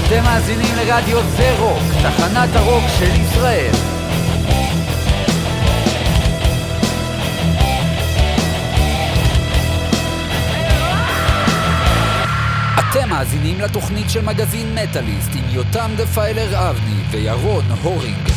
אתם מאזינים לרדיו זה רוק, תחנת הרוק של ישראל. אתם מאזינים לתוכנית של מגזין מטאליסט עם יותם דפיילר אבני וירון הורינג.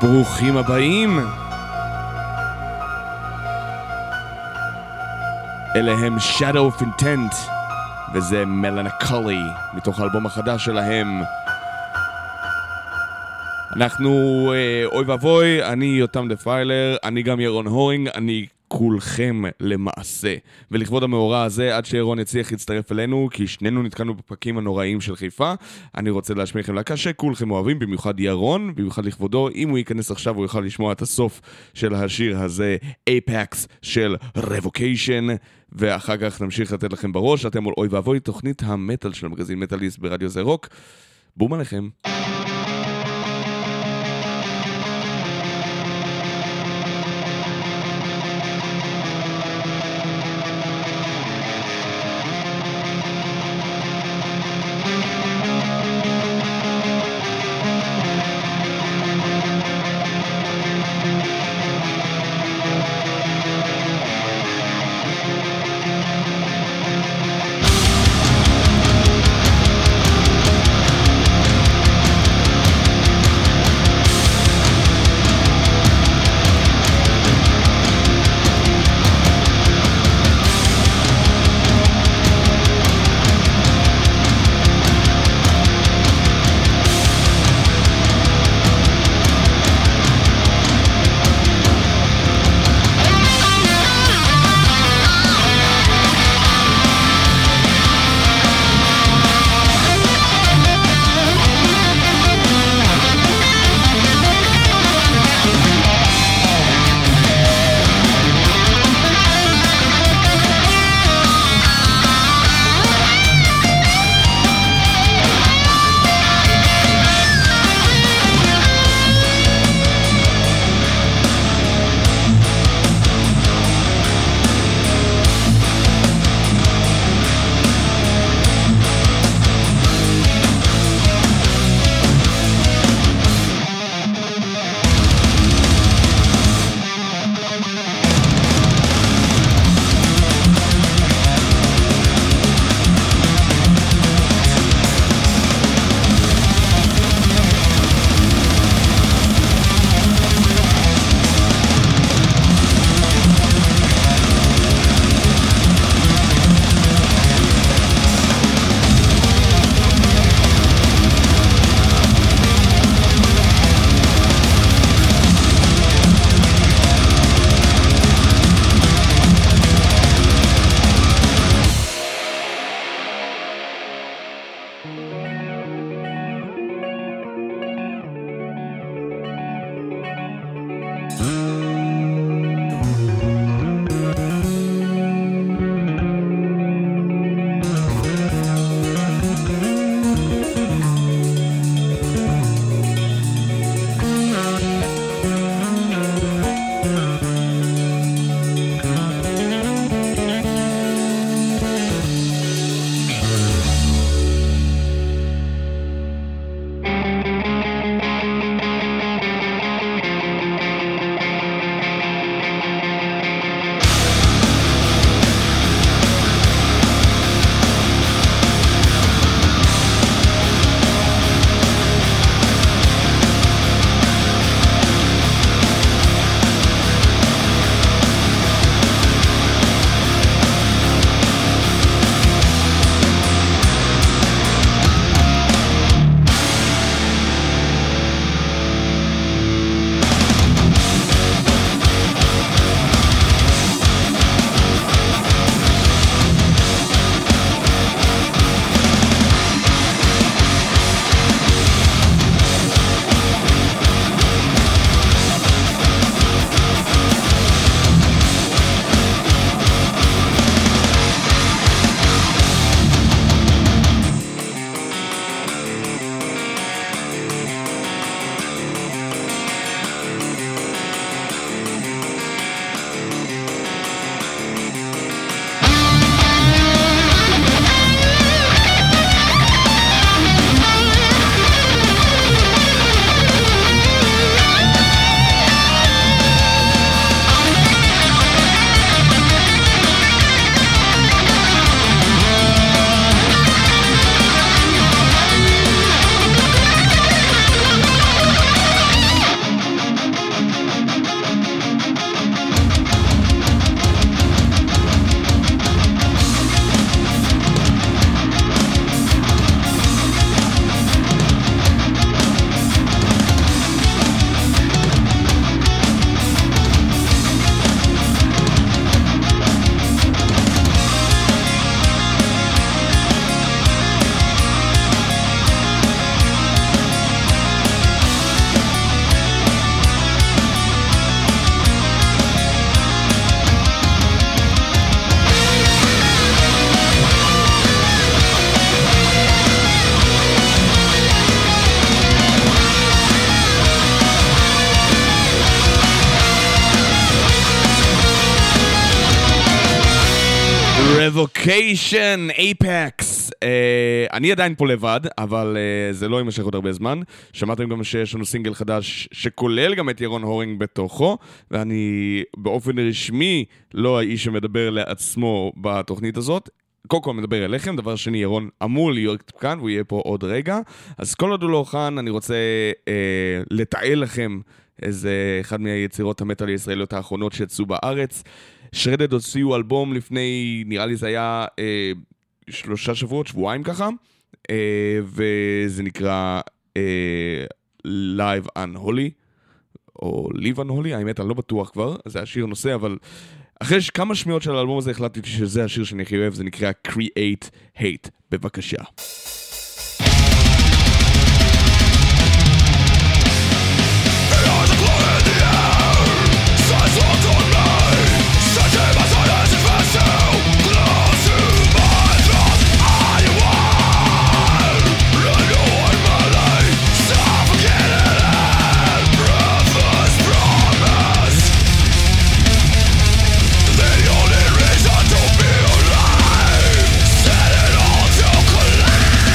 ברוכים הבאים. אלה הם Shadow of Intent, וזה מלנכולי, מתוך האלבום החדש שלהם. אנחנו אוי ואבוי, אני יותם דפיילר, אני גם ירון הורינג, אני כולכם למעשה. ולכבוד המאורע הזה, עד שירון יצליח להצטרף אלינו, כי שנינו נתקענו בפקקים הנוראים של חיפה, אני רוצה להשמיע לכם להקה שכולכם אוהבים, במיוחד ירון, במיוחד לכבודו. אם הוא ייכנס עכשיו, הוא יוכל לשמוע את הסוף של השיר הזה, Apex של Revocation, ואחר כך נמשיך לתת לכם בראש. אתם על אוי ואבוי, תוכנית המטל של המגזין מטליסט ברדיו זה רוק. בום עליכם. Revocation, Apex. אני עדיין פה לבד, אבל זה לא יימשך עוד הרבה זמן. שמעתם גם שיש לנו סינגל חדש שכולל גם את ירון הורינג בתוכו, ואני באופן רשמי לא האיש שמדבר לעצמו בתוכנית הזאת. קודם כל מדבר אליכם, דבר שני, ירון אמור להיות כאן, והוא יהיה פה עוד רגע. אז כל עוד הוא לא כאן, אני רוצה לתעל לכם איזה אחד מהיצירות המטל הישראליות האחרונות שיצאו בארץ. שרדד הוציאו אלבום לפני, נראה לי זה היה 3 שבועות, שבועיים ככה, וזה נקרא Live Unholy, או Live Unholy, האמת אני לא בטוח כבר, זה השיר נושא, אבל אחרי כמה שמיעות של האלבום הזה החלטתי שזה השיר שאני הכי אוהב, זה נקרא Create Hate, בבקשה. Set it all to collapse.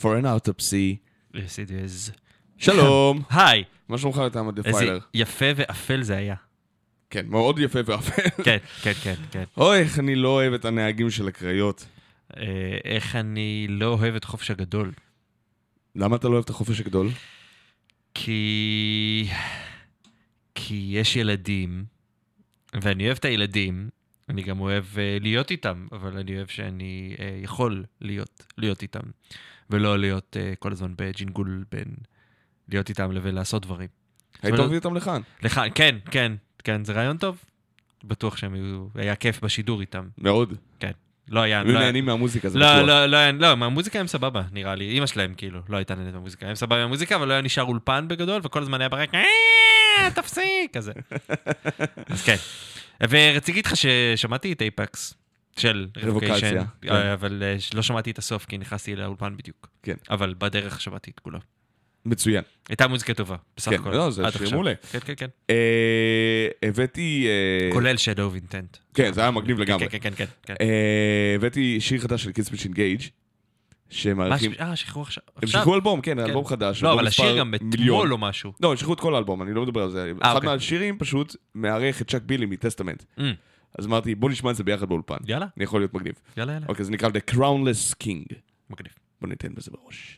for an autopsy. Yes, it is. שלום. היי. מה שלומך לטעם איזה הדפיילר? יפה ואפל זה היה. כן, מאוד יפה ואפל. כן, כן, כן, כן. אוי, איך אני לא אוהב את הנהגים של הקריות. איך אני לא אוהב את חופש הגדול. למה אתה לא אוהב את החופש הגדול? כי יש ילדים, ואני אוהב את הילדים, אני גם אוהב להיות איתם, אבל אני אוהב שאני יכול להיות איתם, ולא להיות כל הזמן בג'ינגול בין להיות איתם לבין לעשות דברים. היית להביא אותם לכאן? לכאן, כן, כן, כן, זה רעיון טוב. בטוח היה כיף בשידור איתם. מאוד. כן. לא היה... היו נהנים מהמוזיקה, זה בטוח. לא, מהמוזיקה הם סבבה, נראה לי. אמא שלהם, כאילו, לא הייתה נהנית מהמוזיקה. הם סבבה מהמוזיקה, אבל לא היה נשאר אולפן בגדול, וכל הזמן היה ברק, תפסיק, כזה. אז כן. ורציתי איתך ששמעתי את אייפקס של רבוקציה. אבל לא שמעתי את הסוף, כי נכנסתי לאולפן בדיוק. כן. אבל בדרך שמעתי את כולו. מצוין. הייתה מוזיקה טובה, בסך הכל. כן, לא, זה שיר מעולה. כן, כן, כן. הבאתי... כולל Shadow of Intent. כן, זה היה מגניב לגמרי. כן, כן, כן. הבאתי שיר חדש של קידס וויץ' אינגייג' שמעריכים... שחררו עכשיו. הם שחררו אלבום, כן, אלבום חדש. לא, אבל השיר גם אתמול או משהו. לא, הם שחררו את כל האלבום, אני לא מדבר על זה. אחד מהשירים פשוט מערך את צ'אק בילי מטסטמנט. אז אמרתי, בוא נשמע את זה ביחד באולפן. יאללה. אני יכול להיות מגניב. יאללה. אוקיי, זה נקרא The Crownless King. מגניב. בוא ניתן בזה בראש.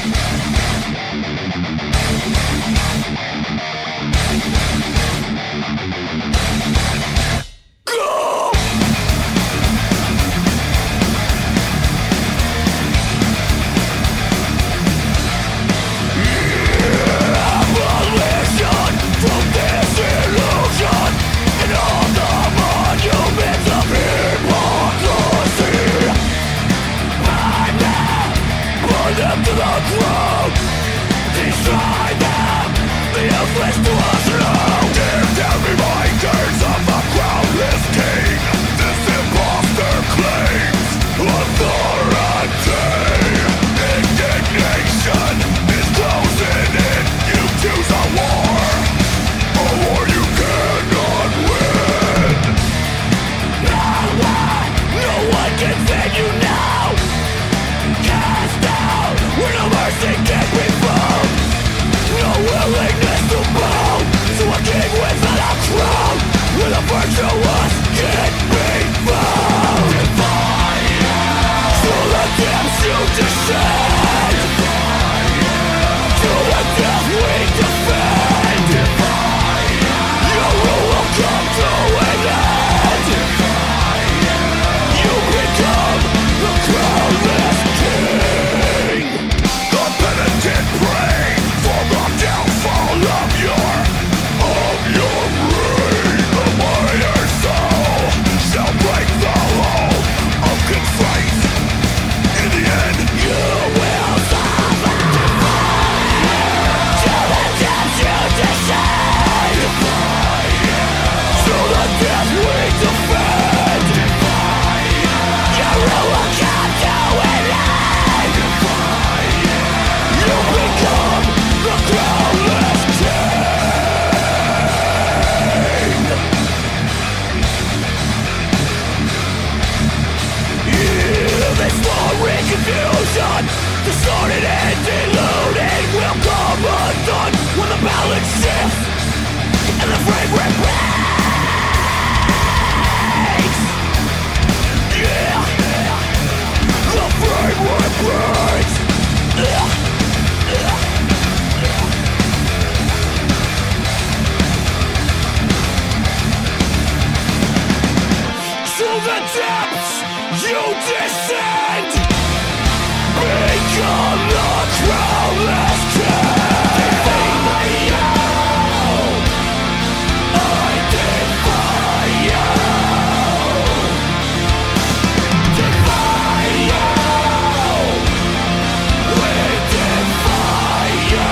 Them to the ground, destroy them, the useless to us alone. Give down reminders of a crownless king. This imposter claims authority. Indignation is closing in. You choose a war you cannot win. No one can save you now. Cast down where no mercy can be found. No willingness to bow to a king without a crown. Where the virtuous can be found. Defy you. To the depths you descend. Defy you. To the death we defend. Defy you. Your rule will come to an end. Defy you. You become the crownless king. The penitent pray for the downfall of your reign. The mightier soul shall break the hold of constraint. In the end, you will suffer. To the depths you descend. To the death we defend. Your rule will come to an end. You become the crownless king. This roaring confusion, distorted and deluded, will come undone when the balance shifts and the framework breaks. Yeah, the framework breaks. To the depths you descend. Become the crownless king. Defy you. I defy you. Defy you. We defy you.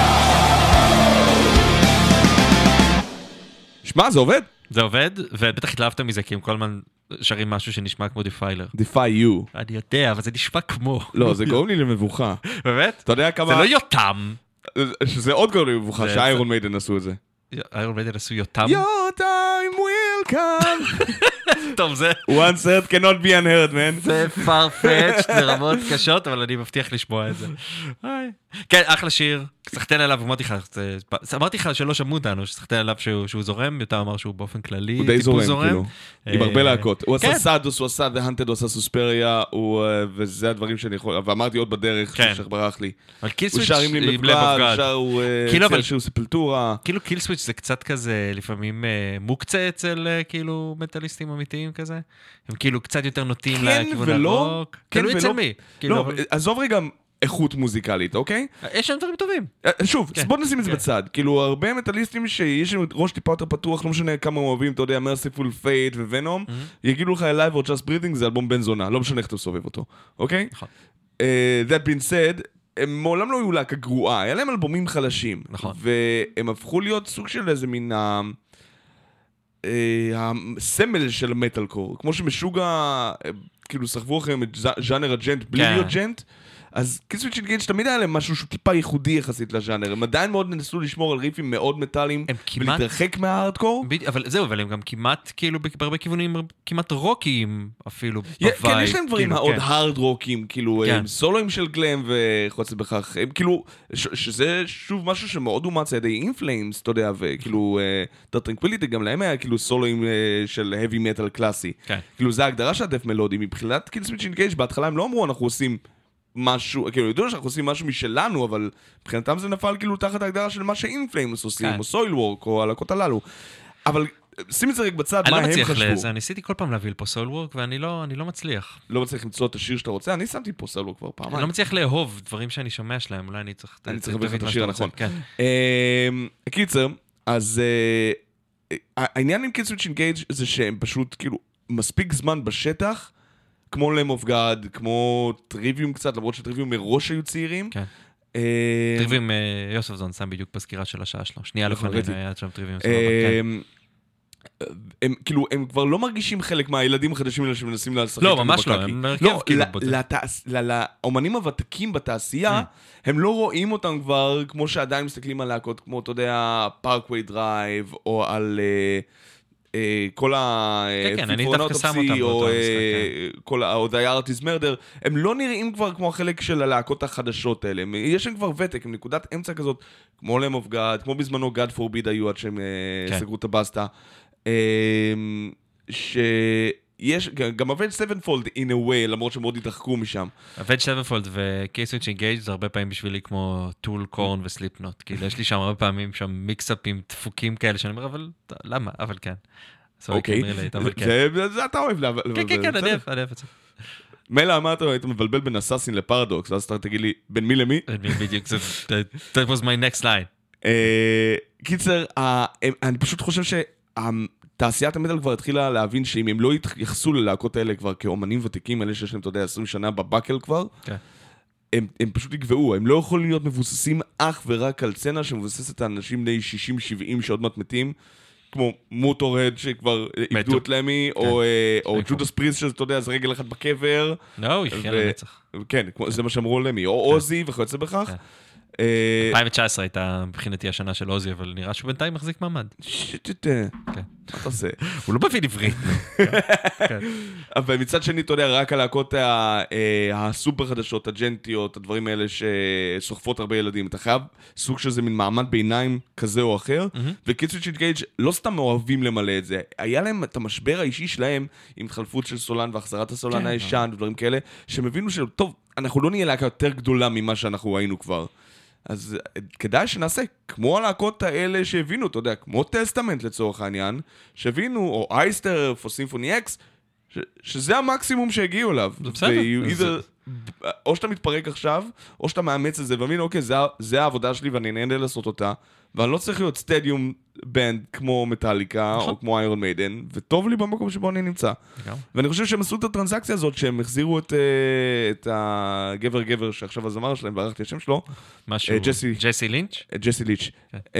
שמע, זה עובד? זה עובד, ובטח התלהבת מזה, כי הם כל הזמן שרים משהו שנשמע כמו דיפיילר. Defy you. אני יודע, אבל זה נשמע כמו. לא, זה גורם לי למבוכה. באמת? אתה יודע כמה... זה לא יותם. שזה עוד גורם לי למבוכה, שאיירון מיידן עשו את זה. איירון מיידן עשו יותם? Your time will come. טוב, זה... One third cannot be unheard, man. זה farfetched לרמות קשות, אבל אני מבטיח לשמוע את זה. כן, אחלה שיר, סחטן עליו, אמרתי לך שלא שמעו אותנו, שסחטן עליו שהוא זורם, יותר אמר שהוא באופן כללי, הוא די זורם, כאילו, עם הרבה להקות. הוא עשה כן. סאדוס, הוא עשה The Hunted, הוא עשה סוספריה, וזה הדברים שאני יכול, ואמרתי עוד בדרך, כן. שברח לי. אבל הוא קילסוויץ' שר עם ליב לבגד, הוא שר שיר ספלטורה. כאילו קילסוויץ' זה קצת כזה, לפעמים מוקצה אצל כאילו מטליסטים אמיתיים כזה. הם כאילו קצת יותר נוטים לכיוון הרוק. כאילו אצל מי? לא, עזוב רגע איכות מוזיקלית, אוקיי? יש שם דברים טובים. שוב, בוא נשים את זה בצד. כאילו, הרבה מטליסטים שיש לנו ראש טיפה יותר פתוח, לא משנה כמה אוהבים, אתה יודע, Merciful Fate וונום, יגידו לך Alive or Just Breathing זה אלבום בן זונה, לא משנה איך אתה סובב אותו, אוקיי? נכון. That being said, הם מעולם לא היו להקה גרועה, היה להם אלבומים חלשים. נכון. והם הפכו להיות סוג של איזה מין הסמל של מטל קור. כמו שמשוגע, כאילו סחבו אחריהם את ז'אנר הג'נט בלי להיות ג'נט, אז קיסוויץ' אינגייג' תמיד היה להם משהו שהוא טיפה ייחודי יחסית לז'אנר. הם עדיין מאוד נסו לשמור על ריפים מאוד מטאליים ולהתרחק מההארדקור. אבל הם גם כמעט, כאילו, בהרבה כיוונים, כמעט רוקיים אפילו בווייב. כן, יש להם דברים מאוד הארד רוקים, כאילו, סולואים של גלם וחוץ בכך, כאילו, שזה שוב משהו שמאוד אומץ על ידי אינפליימס, אתה יודע, וכאילו, טרטרנקוויליטי גם להם היה כאילו סולואים של heavy metal קלאסי. כאילו, זה ההגדרה של הדף מלודי. מבחינת קיסוויץ' אינגייג' בהתחלה הם לא אמרו, אנחנו עושים משהו, כאילו, ידעו שאנחנו עושים משהו משלנו, אבל מבחינתם זה נפל כאילו תחת ההגדרה של מה שאינפליימס עושים, או סויל וורק, או הלהקות הללו. אבל שים את זה רק בצד, מה הם חשבו. אני לא מצליח לזה, ניסיתי כל פעם להביא לפה סויל וורק, ואני לא מצליח. לא מצליח למצוא את השיר שאתה רוצה, אני שמתי פה סויל וורק כבר פעמיים. אני לא מצליח לאהוב דברים שאני שומע שלהם, אולי אני צריך להביא את השיר הנכון. קיצר, אז העניין עם קיסוויץ' אינגייג' זה שהם פשוט כאילו מספיק זמן בשטח, כמו Lamb of God, כמו טריוויום קצת, למרות שטריוויום מראש היו צעירים. כן. טריוויום, יוסף זון שם בדיוק בסקירה של השעה שלו. שנייה לפנינו, היה שם טריוויום. הם כבר לא מרגישים חלק מהילדים החדשים האלה שמנסים לשחק. לא, ממש לא, הם מרכב כאילו בזה. לאומנים הוותיקים בתעשייה, הם לא רואים אותם כבר, כמו שעדיין מסתכלים על להקות, כמו, אתה יודע, Parkway Drive, או על כל הפורנוטופסי, או The Artist Murder, הם לא נראים כבר כמו החלק של הלהקות החדשות האלה. יש להם כבר ותק, עם נקודת אמצע כזאת, כמו Lamb of God, כמו בזמנו God Forbid היו עד שהם סגרו את הבסטה. שיש, גם Avenged Sevenfold in a way, למרות שמאוד התרחקו משם. Avenged Sevenfold ו-Kswitch Engage זה הרבה פעמים בשבילי כמו טול, קורן וסליפנוט. כאילו יש לי שם הרבה פעמים שם מיקסאפים דפוקים כאלה שאני אומר, אבל למה? אבל כן. אוקיי, זה אתה אוהב לה. כן, אני אוהב את זה. מילא אמרת, היית מבלבל בין אסאסין לפרדוקס, ואז אתה תגיד לי, בין מי למי? בדיוק, that was my next line. קיצר, אני פשוט חושב שתעשיית המטל כבר התחילה להבין שאם הם לא יתייחסו ללהקות האלה כבר כאומנים ותיקים, אלה שיש להם, אתה יודע, 20 שנה בבקל כבר, הם פשוט יגבעו, הם לא יכולים להיות מבוססים אך ורק על צנה שמבוססת האנשים בני 60-70 שעוד מעט מתים, כמו מוטורד שכבר איבדו את למי, או ג'ודס פריסט שזה, אתה יודע, זה רגל אחת בקבר. לא, יחיה לנצח. כן, זה מה שאמרו למי, או עוזי וכיוצא בכך. 2019 הייתה מבחינתי השנה של עוזי, אבל נראה שהוא בינתיים מחזיק מעמד. מה אתה עושה? הוא לא מבין עברית. אבל מצד שני, אתה יודע, רק הלהקות הסופר חדשות, הג'נטיות, הדברים האלה שסוחפות הרבה ילדים, אתה חייב סוג של זה מין מעמד ביניים כזה או אחר, וקיסוויץ' אינגייג' לא סתם אוהבים למלא את זה, היה להם את המשבר האישי שלהם עם התחלפות של סולן והחזרת הסולן הישן ודברים כאלה, שהם הבינו שטוב, אנחנו לא נהיה להקה יותר גדולה ממה שאנחנו היינו כבר. אז כדאי שנעשה כמו הלהקות האלה שהבינו, אתה יודע, כמו טסטמנט לצורך העניין, שהבינו, או אייסטר, או סימפוני אקס, שזה המקסימום שהגיעו אליו. זה בסדר. או שאתה מתפרק עכשיו, או שאתה מאמץ את זה, ומבין, אוקיי, זה העבודה שלי ואני נהנה לעשות אותה, ואני לא צריך להיות סטדיום בנד כמו מטליקה, או כמו איירון מיידן, וטוב לי במקום שבו אני נמצא. ואני חושב שהם עשו את הטרנסקציה הזאת, שהם החזירו את הגבר שעכשיו הזמר שלהם, וערכתי השם שלו, ג'סי לינץ'? ג'סי ליץ'.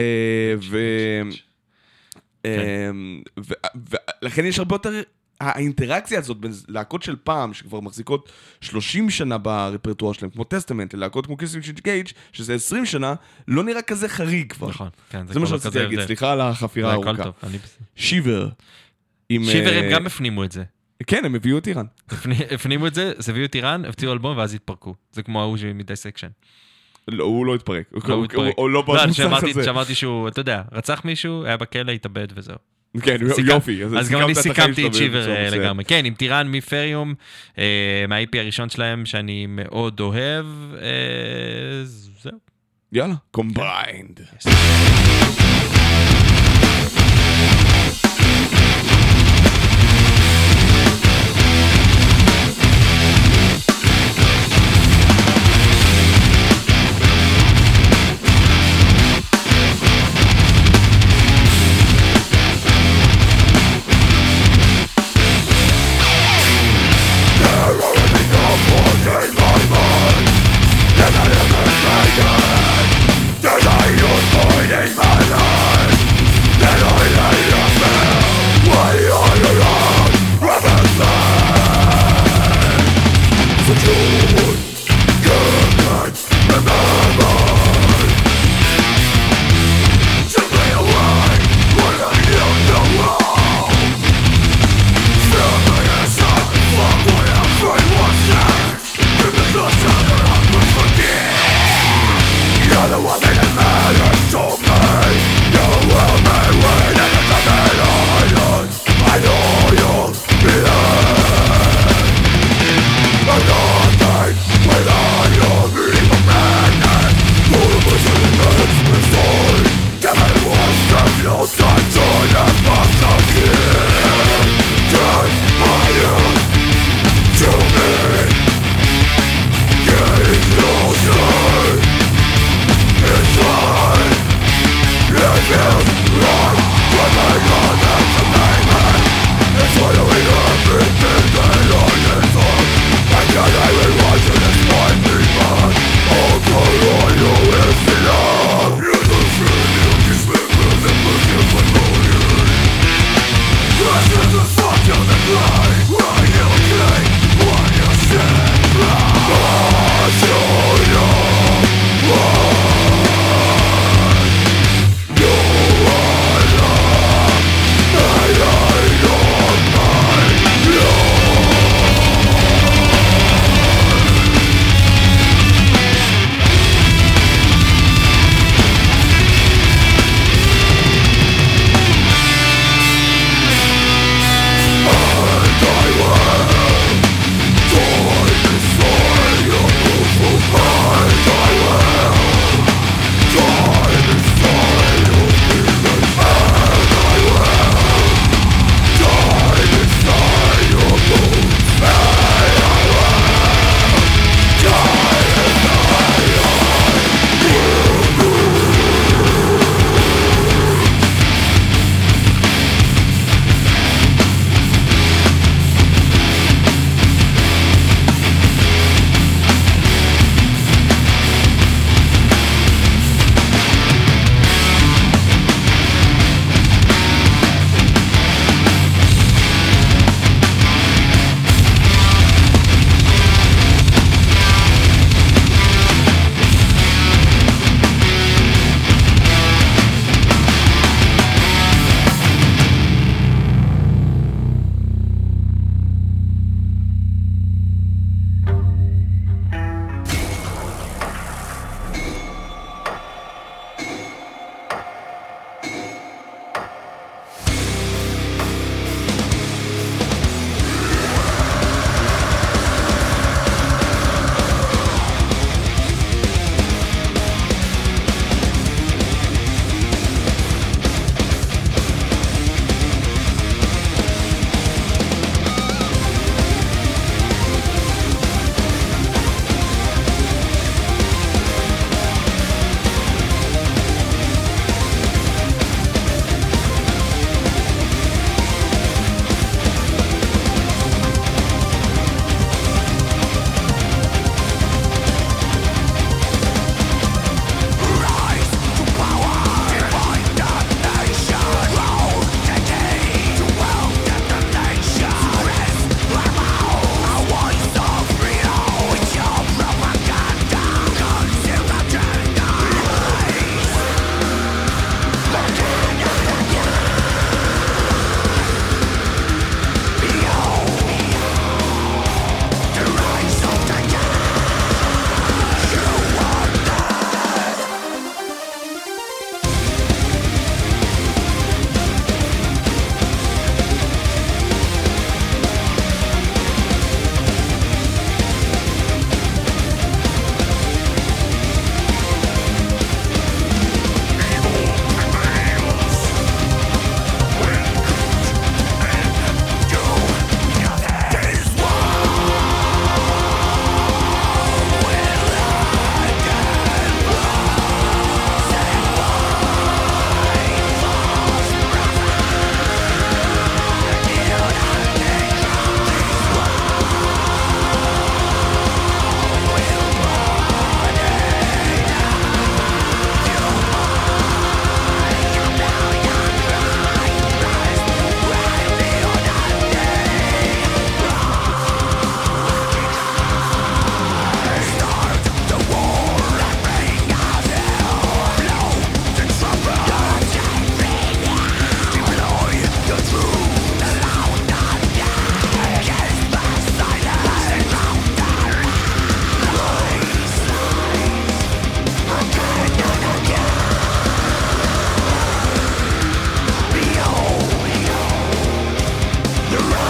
ולכן יש הרבה יותר האינטראקציה הזאת בין להקות של פעם, שכבר מחזיקות 30 שנה ברפרטואר שלהם, כמו טסטמנט, ללהקות כמו קיסוויץ' אינגייג', שזה 20 שנה, לא נראה כזה חריג כבר. נכון, כן. זה מה שרציתי להגיד, סליחה על החפירה הארוכה. שיבר. שיברים גם הפנימו את זה. כן, הם הביאו את איראן. הפנימו את זה, הביאו את איראן, הפציעו אלבום ואז התפרקו. זה כמו ההוא מדיסקשן. לא, הוא לא התפרק. הוא לא שמעתי שהוא, אתה יודע, רצח מישהו, היה בכלא, התאבד וזהו. כן, יופי. אז גם אני סיכמתי את שיבר לגמרי. כן, עם טירן מפריום, מה-IP הראשון שלהם שאני מאוד אוהב, זהו. יאללה, קומביינד. Denial of my God, denial of my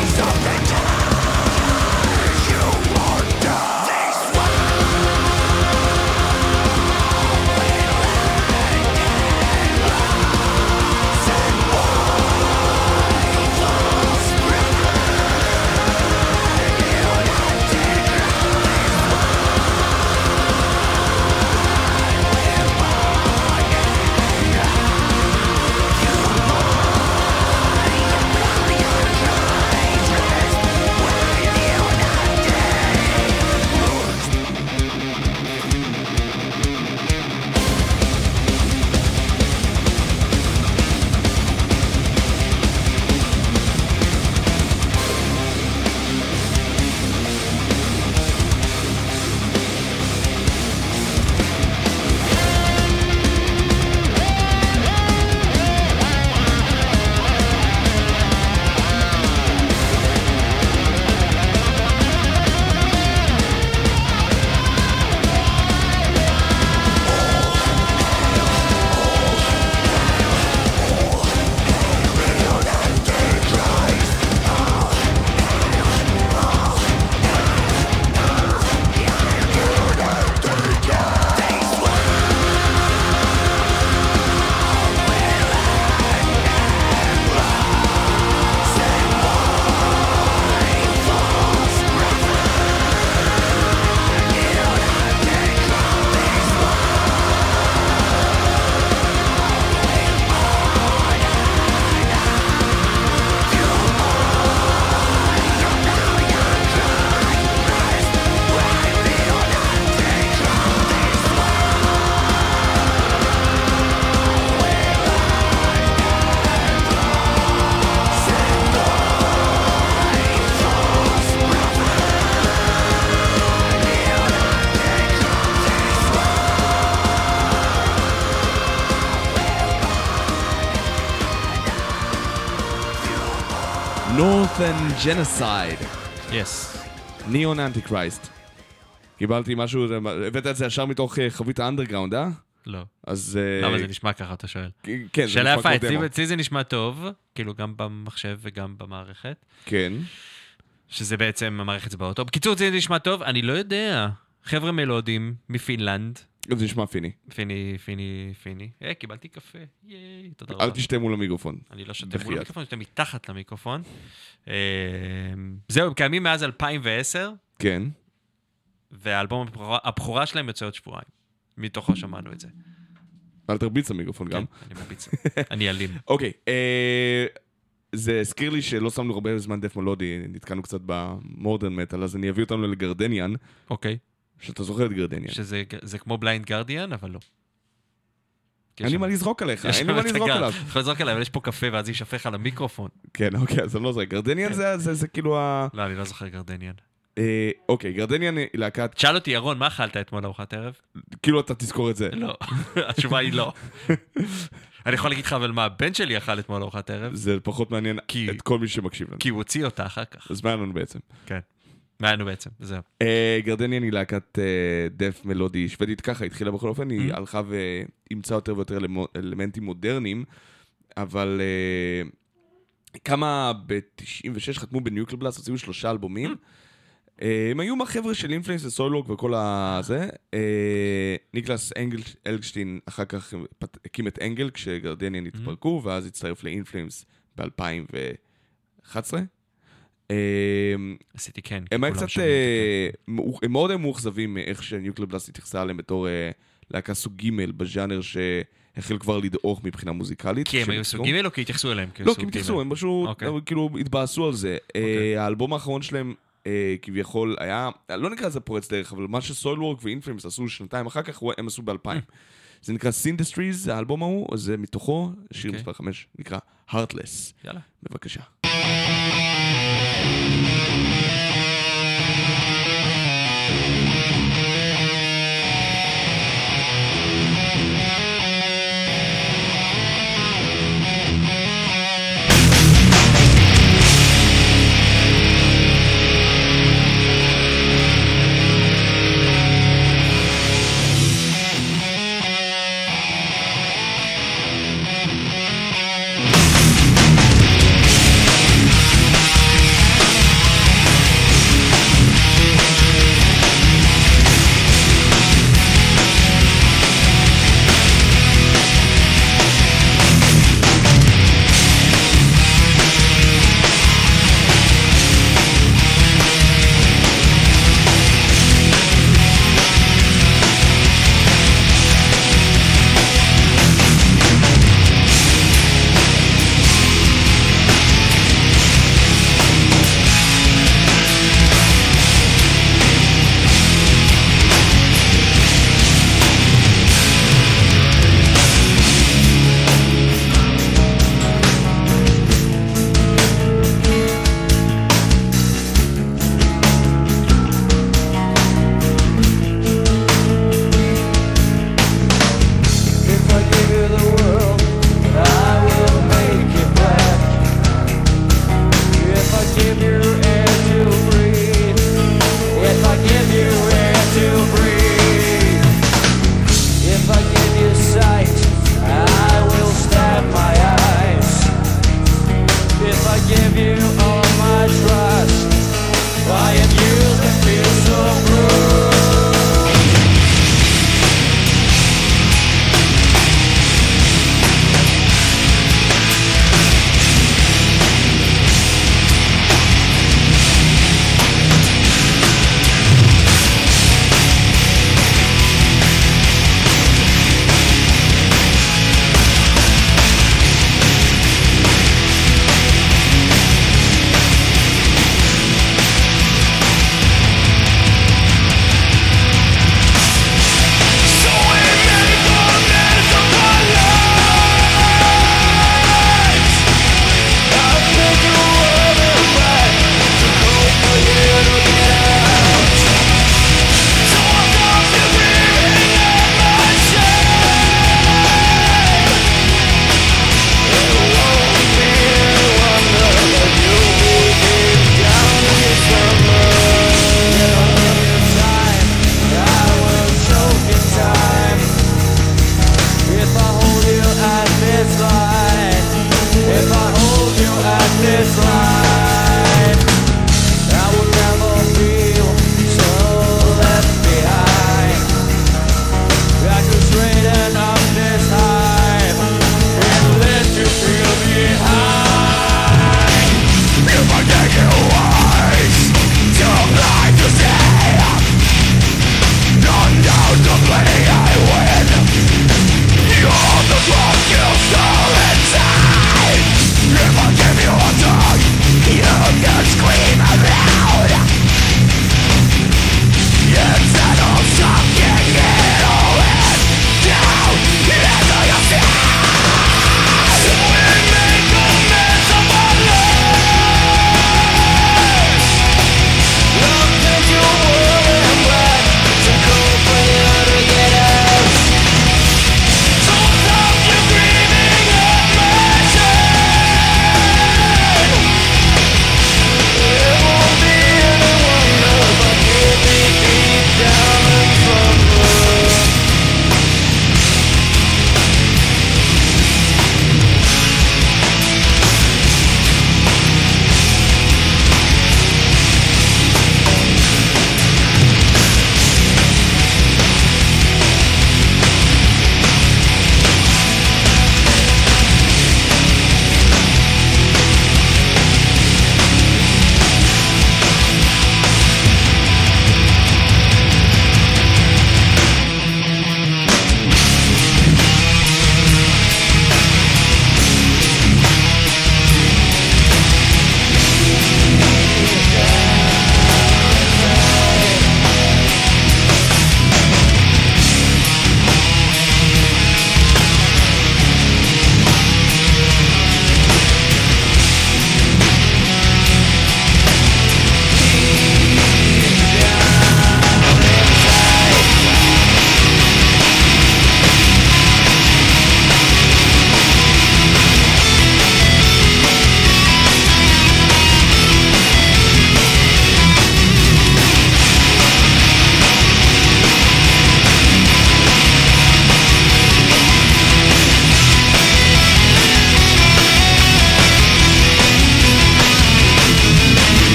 Northern Genocide. Yes. ניאון אנטיקרייסט. קיבלתי משהו, הבאת את זה ישר מתוך חבית האנדרגראונד, אה? לא. אז... למה זה נשמע ככה, אתה שואל? כן, זה שאלה נשמע יפה, כמו דמו. אצלי זה נשמע טוב, כאילו גם במחשב וגם במערכת, כן. שזה בעצם המערכת זה באוטו. בקיצור, זה נשמע טוב, אני לא יודע. חבר'ה מלודים מפינלנד. זה נשמע פיני. פיני. קיבלתי קפה. ייי, תודה רבה. אל תשתה מול המיקרופון. אני לא שותה מול המיקרופון, שותה מתחת למיקרופון. זהו, הם קיימים מאז 2010, כן. והאלבום הבכורה שלהם יוצא עוד שבועיים. מתוכו שמענו את זה. אל תרביץ למיקרופון גם. כן, אני מרביץ. אני אלים. אוקיי, זה הזכיר לי שלא שמנו הרבה זמן דף מלודי, נתקענו קצת במודרן מטל, אז אני אביא אותנו לגרדניאן. אוקיי. שאתה זוכר את גרדניאן. שזה כמו בליינד גרדיאן, אבל לא. אין לי מה לזרוק עליך, אין לי מה לזרוק עליו. אתה יכול לזרוק עליו, אבל יש פה קפה ואז יישפך על המיקרופון. כן, אוקיי, אז אני לא זוכר. גרדניאן זה כאילו ה... לא, אני לא זוכר גרדניאן. אוקיי, גרדניאן היא להקת... תשאל אותי, ירון, מה אכלת אתמול ארוחת ערב? כאילו אתה תזכור את זה. לא, התשובה היא לא. אני יכול להגיד לך, אבל מה, הבן שלי אכל אתמול ארוחת ערב? זה פחות מעניין את כל מי שמקשיב לנו. כי הוא הוציא אותה אחר כך. אז מה לנו בעצם? כן. מה לנו בעצם? זהו. גרדניאן היא להקת דף מלודי שוודית, ככה התחילה בכל אופן, היא הלכה ואימצה יותר ויותר אלמנטים מודרניים, אבל כמה ב-96 חתמו בניוקל בלאסט, הוציאו 3 אלבומים, הם היו מהחבר'ה של אינפלואנס וסוילוג וכל הזה, ניקלס אלגשטיין אחר כך הקים את אנגל כשגרדניאן התפרקו, ואז הצטרף לאינפלואנס ב-2011. עשיתי כן. הם היו קצת, הם מאוד מאוכזבים מאיך שניוקל בלאסט התייחסה עליהם בתור להקה סוג ג' בז'אנר שהחל כבר לדעוך מבחינה מוזיקלית. כי הם היו סוג ג' או כי התייחסו אליהם? לא, כי הם התייחסו, הם פשוט כאילו התבאסו על זה. האלבום האחרון שלהם כביכול היה, לא נקרא לזה פורץ דרך, אבל מה שסוילוורק ואינפלואנס עשו שנתיים אחר כך, הם עשו ב-2000. זה נקרא סינדסטריז, האלבום ההוא, זה מתוכו, שיר מספר 5, נקרא Heartless. יאללה. בבקשה.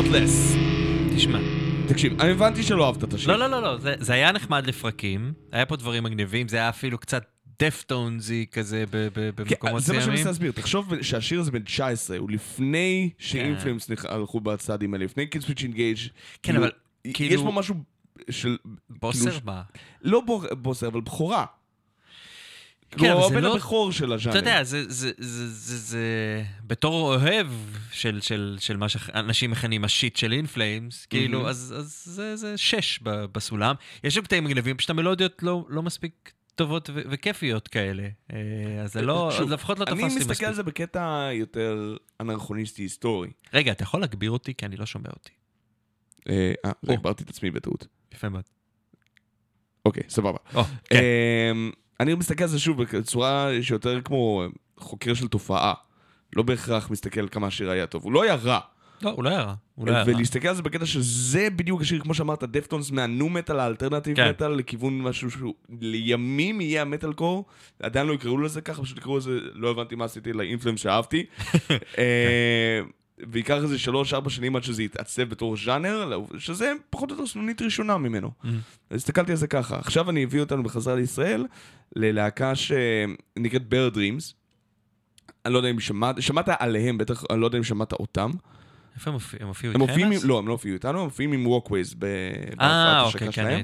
Limitless. תשמע. תקשיב, אני הבנתי שלא אהבת את השיר. לא, זה היה נחמד לפרקים, היה פה דברים מגניבים, זה היה אפילו קצת דפטונזי כזה במקומות זה מה שאני מסוימים. מנסה להסביר, תחשוב שהשיר הזה בן 19, הוא לפני שאינפלאמס הלכו בצעדים האלה, לפני Kill Switch Engage. כן, אבל יש פה משהו של... בוסר מה? לא בוסר, אבל בחורה. כן, אבל הוא זה הבן לא... הבכור של הז'אנר. אתה יודע, זה בתור אוהב של מה שאנשים מכנים השיט של אינפלאמס, כאילו, אז זה 6 בסולם. יש שם קטעים מגניבים, פשוט המלודיות לא מספיק טובות וכיפיות כאלה. אז זה לא, לפחות לא תפסתי מספיק. אני מסתכל על זה בקטע יותר אנרכוניסטי היסטורי. רגע, אתה יכול להגביר אותי? כי אני לא שומע אותי. הגברתי את עצמי בטעות. יפה מאוד. אוקיי, סבבה. אני מסתכל על זה שוב בצורה שיותר כמו חוקר של תופעה. לא בהכרח מסתכל כמה השיר היה טוב. הוא לא היה רע. לא, הוא לא היה רע. ולהסתכל על זה בקטע שזה בדיוק השיר, כמו שאמרת, דפטונס מהנו מטל, האלטרנטיב מטל, לכיוון משהו שהוא לימים יהיה המטל קור. עדיין לא יקראו לזה ככה, פשוט יקראו לזה, לא הבנתי מה עשיתי לאינפלאמס שאהבתי. ויקח איזה 3-4 שנים עד שזה יתעצב בתור ז'אנר, שזה פחות או יותר סנונית ראשונה ממנו. אז הסתכלתי על זה ככה. עכשיו אני הביא אותנו בחזרה לישראל, ללהקה שנקראת Bear Dreams. אני לא יודע אם שמעת עליהם, בטח, אני לא יודע אם שמעת אותם. איפה הם הופיעו איתכם? לא, הם לא הופיעו איתנו, הם מופיעים עם Walkways בהופעת השקה שלהם.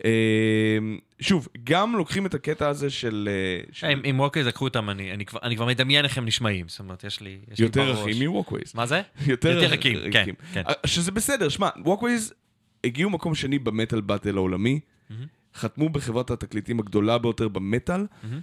שוב, גם לוקחים את הקטע הזה של... עם Walkways לקחו אותם, אני כבר מדמיין איך הם נשמעים, זאת אומרת, יש לי יותר רכים מ-Walkways. מה זה? יותר רכים, כן. שזה בסדר, שמע, Walkways הגיעו מקום שני במטל באטל העולמי, חתמו בחברת התקליטים הגדולה ביותר במטל,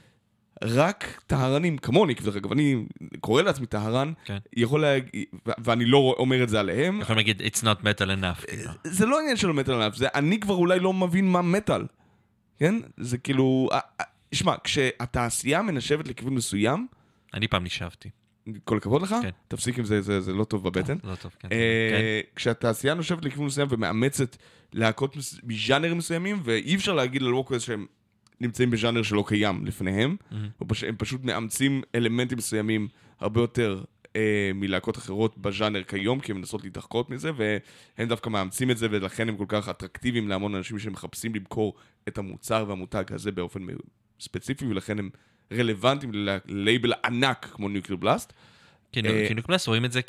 רק טהרנים, כמוני, אגב, אני קורא לעצמי טהרן, יכול להגיד, ואני לא אומר את זה עליהם. יכול להגיד, it's not metal enough. זה לא עניין של metal enough, זה אני כבר אולי לא מבין מה מטל. כן? זה כאילו, שמע, כשהתעשייה מנשבת לכיוון מסוים, אני פעם נשבתי. כל הכבוד לך? תפסיק עם זה, זה לא טוב בבטן. לא טוב, כן. כשהתעשייה נושבת לכיוון מסוים ומאמצת להקות מז'אנרים מסוימים, ואי אפשר להגיד על ווקוויז שהם נמצאים בז'אנר שלא קיים לפניהם, הם פשוט מאמצים אלמנטים מסוימים הרבה יותר מלהקות אחרות בז'אנר כיום, כי הם מנסות להתרחקות מזה, והם דווקא מאמצים את זה, ולכן הם כל כך אטרקטיביים להמון אנשים שמחפשים למכור את המוצר והמותג הזה באופן ספציפי, ולכן הם רלוונטיים ללייבל ענק כמו ניוקליר בלאסט. כי ניוקליר בלאסט רואים את זה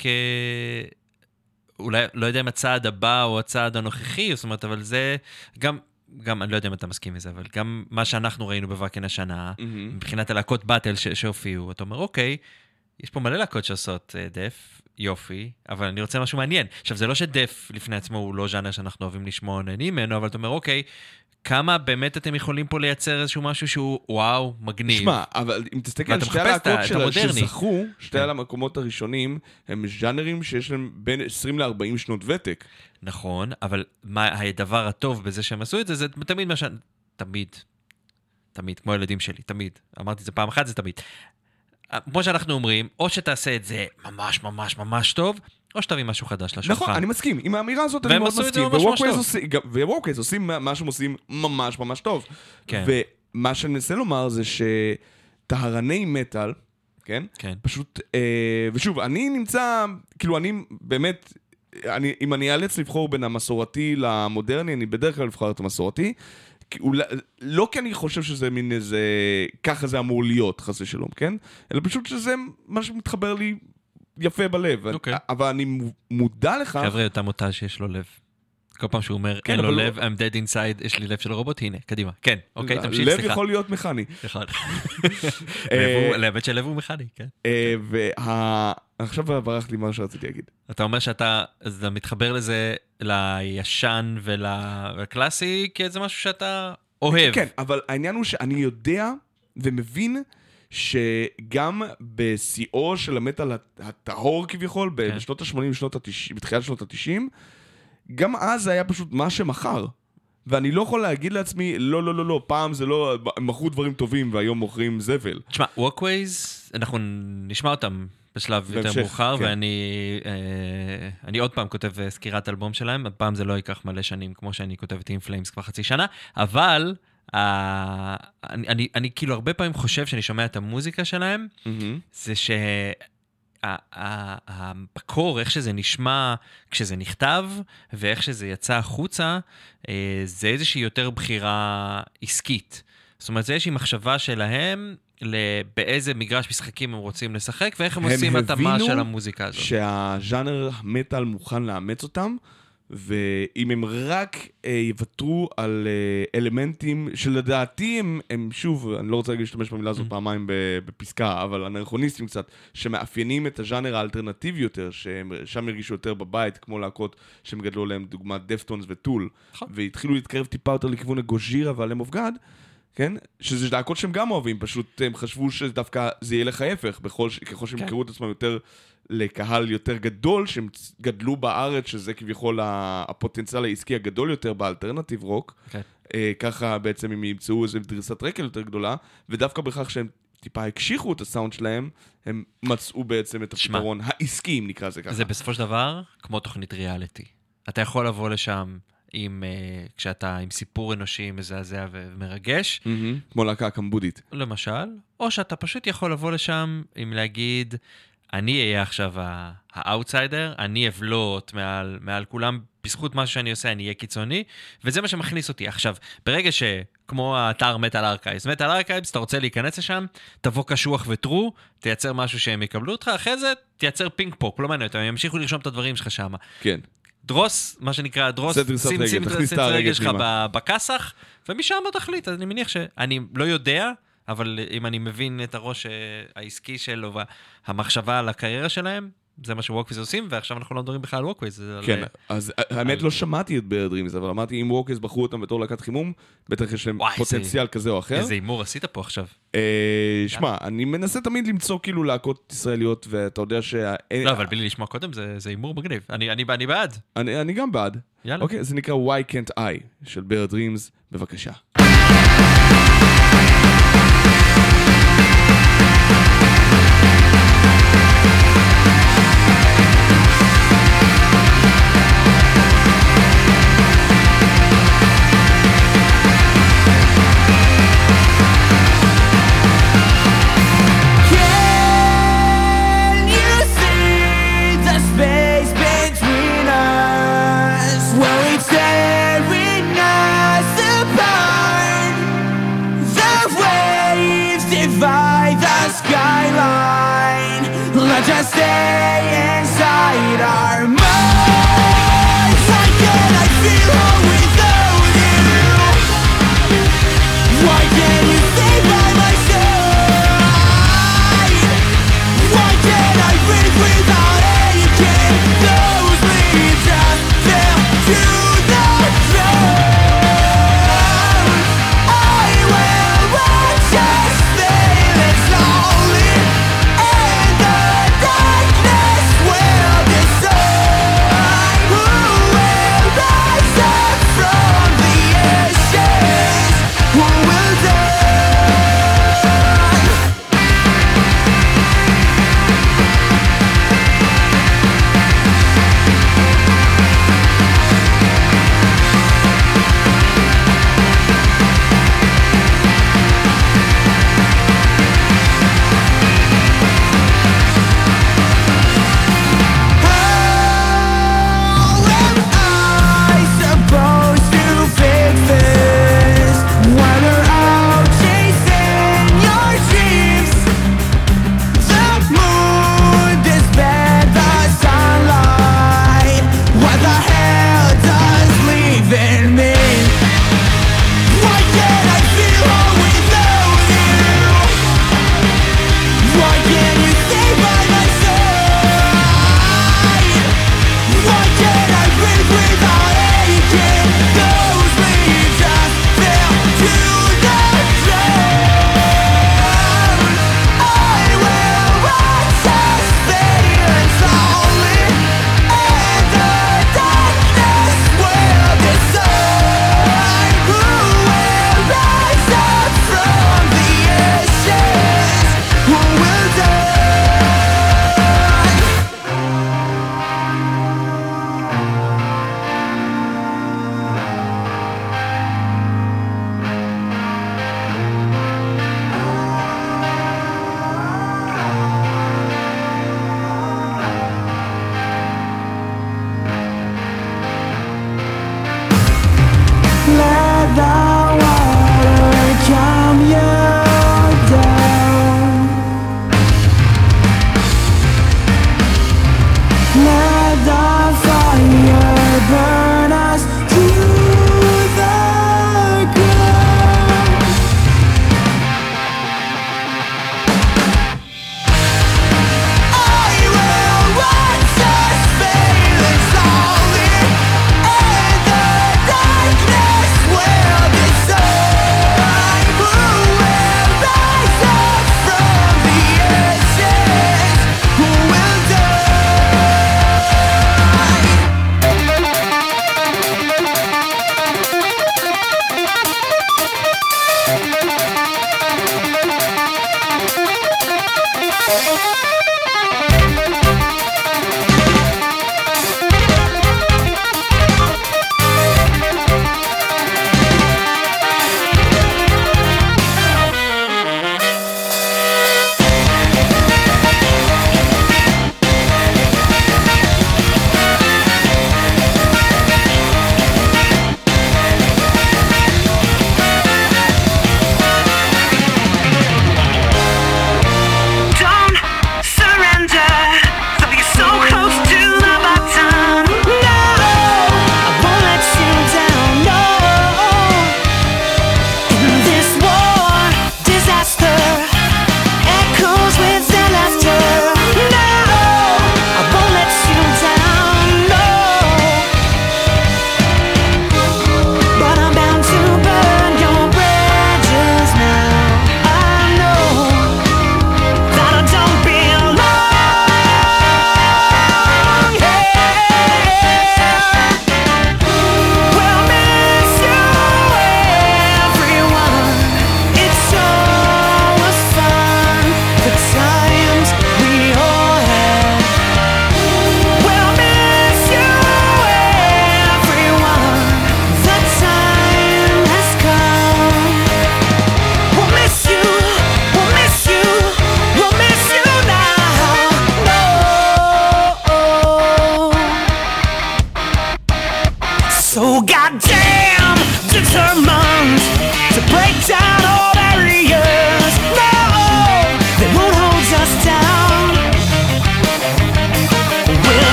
אולי, לא יודע אם הצעד הבא או הצעד הנוכחי, זאת אומרת, אבל זה גם, אני לא יודע אם אתה מסכים לזה, אבל גם מה שאנחנו ראינו בוואקן השנה, מבחינת הלהקות באטל שהופיעו, אתה אומר, אוקיי, יש פה מלא להקות שעושות דף, יופי, אבל אני רוצה משהו מעניין. עכשיו, זה לא שדף לפני עצמו הוא לא ז'אנר שאנחנו אוהבים לשמוע נהנים ממנו, אבל אתה אומר, אוקיי, כמה באמת אתם יכולים פה לייצר איזשהו משהו שהוא, וואו, מגניב. שמע, אבל אם תסתכל על שתי הלהקות שזכו, שתי המקומות הראשונים, הם ז'אנרים שיש להם בין 20 ל-40 שנות ותק. נכון, אבל מה הדבר הטוב בזה שהם עשו את זה, זה תמיד מה ש... תמיד, כמו הילדים שלי, תמיד. אמרתי את זה פעם אחת, זה תמיד. כמו שאנחנו אומרים, או שתעשה את זה ממש ממש ממש טוב, או שתביא משהו חדש לשולחן. נכון, אני מסכים. עם האמירה הזאת אני מאוד מסכים. וווקוויז עושים מה שהם עושים ממש ממש טוב. ומה שאני מנסה לומר זה שטהרני מטל, כן? פשוט, ושוב, אני נמצא, כאילו אני באמת, אם אני אאלץ לבחור בין המסורתי למודרני, אני בדרך כלל לבחר את המסורתי, לא כי אני חושב שזה מין איזה, ככה זה אמור להיות, חס ושלום, כן? אלא פשוט שזה מה שמתחבר לי יפה בלב. אבל אני מודע לכך... חבר'ה, אותה מותה שיש לו לב. כל פעם שהוא אומר, אין לו לב, I'm dead inside, יש לי לב של רובוט, הנה, קדימה. כן, אוקיי, תמשיך, סליחה. לב יכול להיות מכני. נכון. לבית של לב הוא מכני, כן. עכשיו ברח לי מה שרציתי להגיד. אתה אומר שאתה מתחבר לזה, לישן ולקלאסי, כי זה משהו שאתה אוהב. כן, אבל העניין הוא שאני יודע ומבין שגם בשיאו של המטל הטהור כביכול, בשנות ה-80, בתחילת שנות ה-90, גם אז זה היה פשוט מה שמחר. ואני לא יכול להגיד לעצמי, לא, פעם זה לא, הם מכרו דברים טובים והיום מוכרים זבל. תשמע, Walkways, אנחנו נשמע אותם בשלב יותר מאוחר, ואני עוד פעם כותב סקירת אלבום שלהם, הפעם זה לא ייקח מלא שנים, כמו שאני כותב את אינפלאמס כבר חצי שנה, אבל אני כאילו הרבה פעמים חושב שאני שומע את המוזיקה שלהם, זה ש... בקור, איך שזה נשמע כשזה נכתב, ואיך שזה יצא החוצה, זה איזושהי יותר בחירה עסקית. זאת אומרת, זה איזושהי מחשבה שלהם, באיזה מגרש משחקים הם רוצים לשחק, ואיך הם עושים התאמה של המוזיקה הזאת. שהז'אנר המטל מוכן לאמץ אותם, ואם הם רק יוותרו על אלמנטים שלדעתי הם שוב, אני לא רוצה להשתמש במילה הזאת פעמיים בפסקה, אבל אנרכוניסטים קצת, שמאפיינים את הז'אנר האלטרנטיבי יותר, ששם הרגישו יותר בבית, כמו להקות שהם גדלו להם, דוגמת דפטונס וטול, והתחילו להתקרב טיפה יותר לכיוון הגוז'ירה והלם אוף גאד, כן? שזה להקות שהם גם אוהבים, פשוט הם חשבו שדווקא זה יהיה לך ההפך, ככל שהם קראו את עצמם יותר לקהל יותר גדול, שהם גדלו בארץ, שזה כביכול הפוטנציאל העסקי הגדול יותר באלטרנטיב רוק, ככה בעצם הם ימצאו איזו דריסת רגל יותר גדולה, ודווקא בכך שהם טיפה הקשיחו את הסאונד שלהם, הם מצאו בעצם את הפתרון העסקי, אם נקרא זה ככה. זה בסופו של דבר כמו תוכנית ריאליטי. אתה יכול לבוא לשם כשאתה עם סיפור אנושי מזעזע ומרגש. כמו להקה קמבודית. למשל, או שאתה פשוט יכול לבוא לשם עם להגיד, אני אהיה עכשיו האוטסיידר, אני אבלוט מעל כולם, בזכות משהו שאני עושה, אני אהיה קיצוני, וזה מה שמכניס אותי. עכשיו, ברגע שכמו האתר מטל ארכייבס, מטל ארכייבס, אתה רוצה להיכנס לשם, תבוא קשוח וטרו, תייצר משהו שהם יקבלו אותך, אחרי זה תייצר פינג פוק, לא מעניין, הם ימשיכו לרשום את הדברים שלך שם. כן. דרוס, מה שנקרא, דרוס, שים את הרגל שלך בכסח, ומשם תחליט. אני מניח שאני לא יודע, אבל אם אני מבין את הראש העסקי שלו והמחשבה על הקריירה שלהם, זה מה שווקוויז עושים, ועכשיו אנחנו לא מדברים בכלל על ווקוויז. כן, אז האמת לא שמעתי את בירד דרימס, אבל אמרתי, אם ווקוויז בחרו אותם בתור להקת חימום, בטח יש להם פוטנציאל כזה או אחר. איזה אימור עשית פה עכשיו. שמע, אני מנסה תמיד למצוא כאילו להקות ישראליות, ואתה יודע לא, אבל בלי לשמוע קודם, זה אימור מגניב. אני בעד. אני גם בעד. יאללה. אוקיי, זה נקרא Why Can't I של בירד דרימס, בבקשה. Well, it's tearing us apart.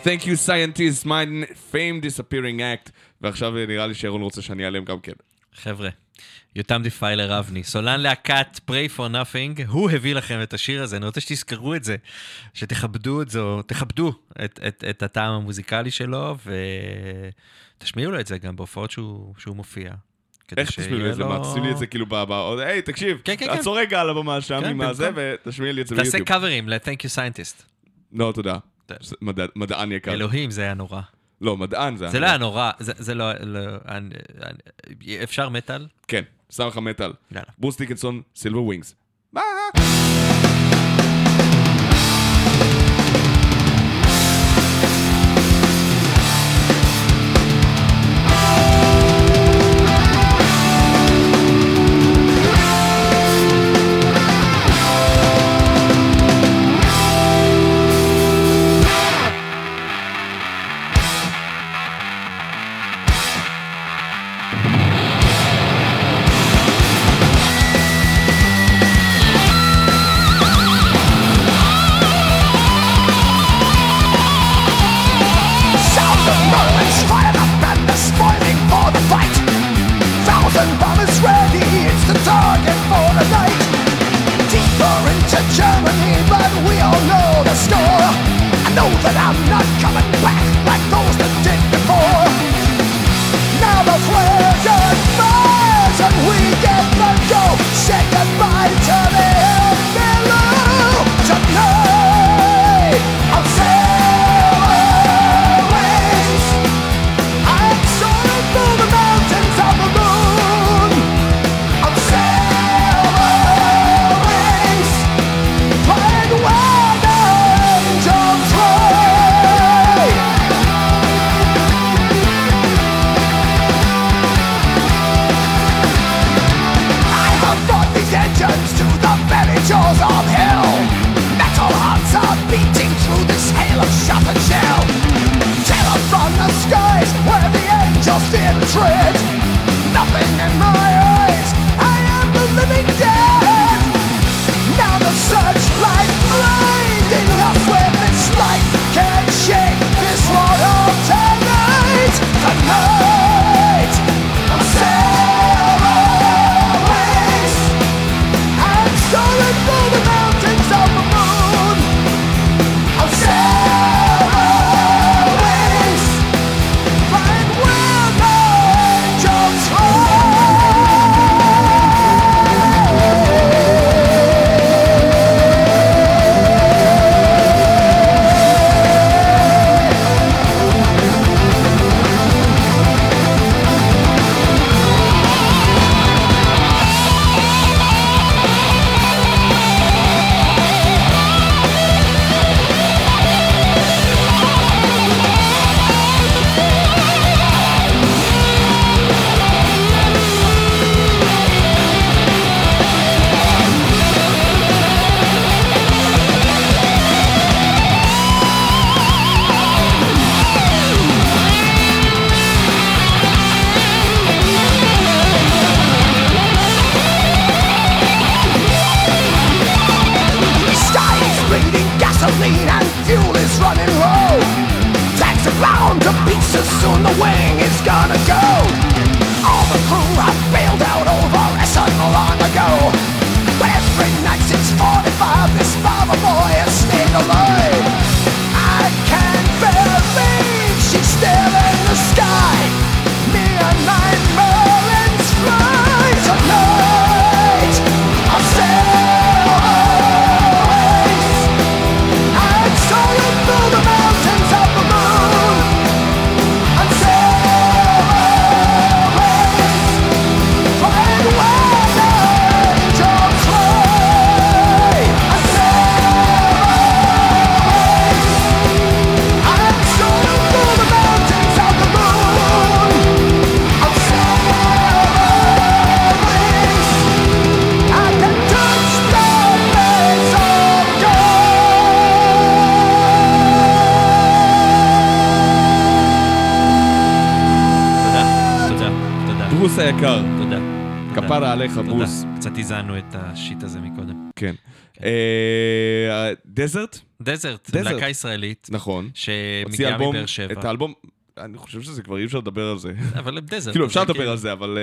Thank you scientists, my fame disappearing act. ועכשיו נראה לי שירון רוצה שאני אעלם גם כן. חבר'ה, יותם דפיילר אבני, סולן להקת Pray for Nothing, הוא הביא לכם את השיר הזה, אני רוצה שתזכרו את זה, שתכבדו את זה, תכבדו את הטעם המוזיקלי שלו, ותשמיעו לו את זה גם בהופעות שהוא מופיע. איך תשמיעו לי את זה? מה, תשמיעו לי את זה כאילו היי, תקשיב, תעצור רגע על הבמה שם עם הזה, ותשמיע לי את זה ביוטיוב. תעשה קאברים ל-Thank you scientist. לא, תודה. מדען יקר. אלוהים, זה היה נורא. לא, מדען זה היה. זה לא היה נורא, זה לא... אפשר מטל? כן, שם לך מטל. יאללה. ברוס דיקנסון, סילבר ווינגס. ביי! ברוס היקר. תודה. כפרה עליך, ברוס. קצת הזענו את השיט הזה מקודם. כן. דזרט? דזרט, להקה ישראלית. נכון. שמגיעה מבאר שבע. את האלבום, אני חושב שזה כבר אי אפשר לדבר על זה. אבל הם דזרט. כאילו, אפשר לדבר על זה, אבל...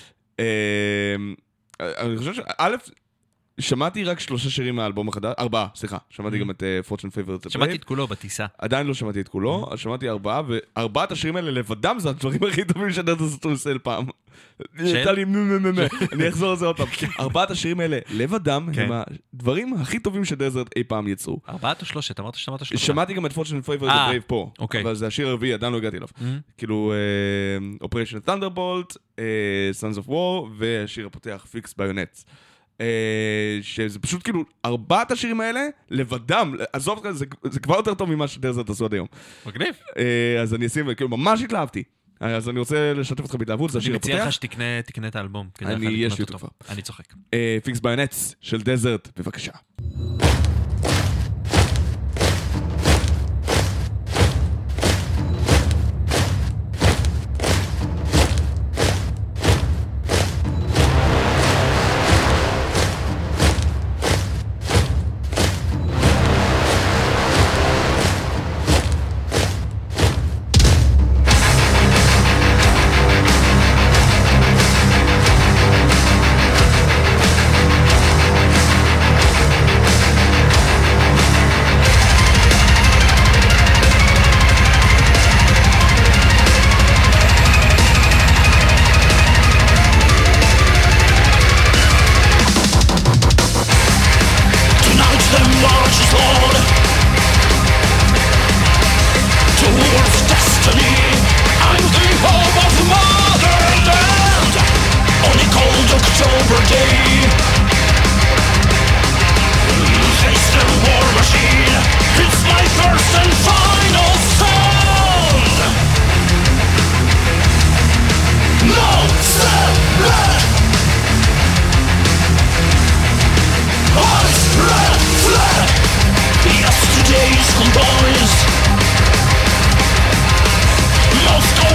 אני חושב א', שמעתי רק 3 שירים מהאלבום החדש, 4, סליחה, שמעתי גם את Fortune Favorites. שמעתי את כולו בטיסה. עדיין לא שמעתי את כולו, אז שמעתי 4, ו4 השירים האלה לבדם זה הדברים הכי טובים שדזרט עושה פעם. יצא לי אני אחזור על זה עוד פעם. 4 השירים האלה לבדם הם הדברים הכי טובים שדזרט אי פעם יצרו. 4 או 3? אמרת ששמעת 3? שמעתי גם את Fortune Favorites Brave פה, אוקיי. אבל זה השיר הרביעי, עדיין לא הגעתי אליו. כאילו, Operation Thunderbolt, Sons of War, והשיר הפותח Fix Bayonets. שזה פשוט כאילו 4 השירים האלה לבדם, עזוב, זה כבר יותר טוב ממה שדזרט עשו עד היום. מגניב. אז אני אשים, כאילו ממש התלהבתי. אז אני רוצה לשתף אותך בהתלהבות, זה השיר הפותח. אני מציע לך שתקנה את האלבום. יש לי אותו כבר. אני צוחק. Fix Bayonets של דזרט, בבקשה.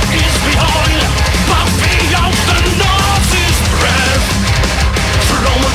From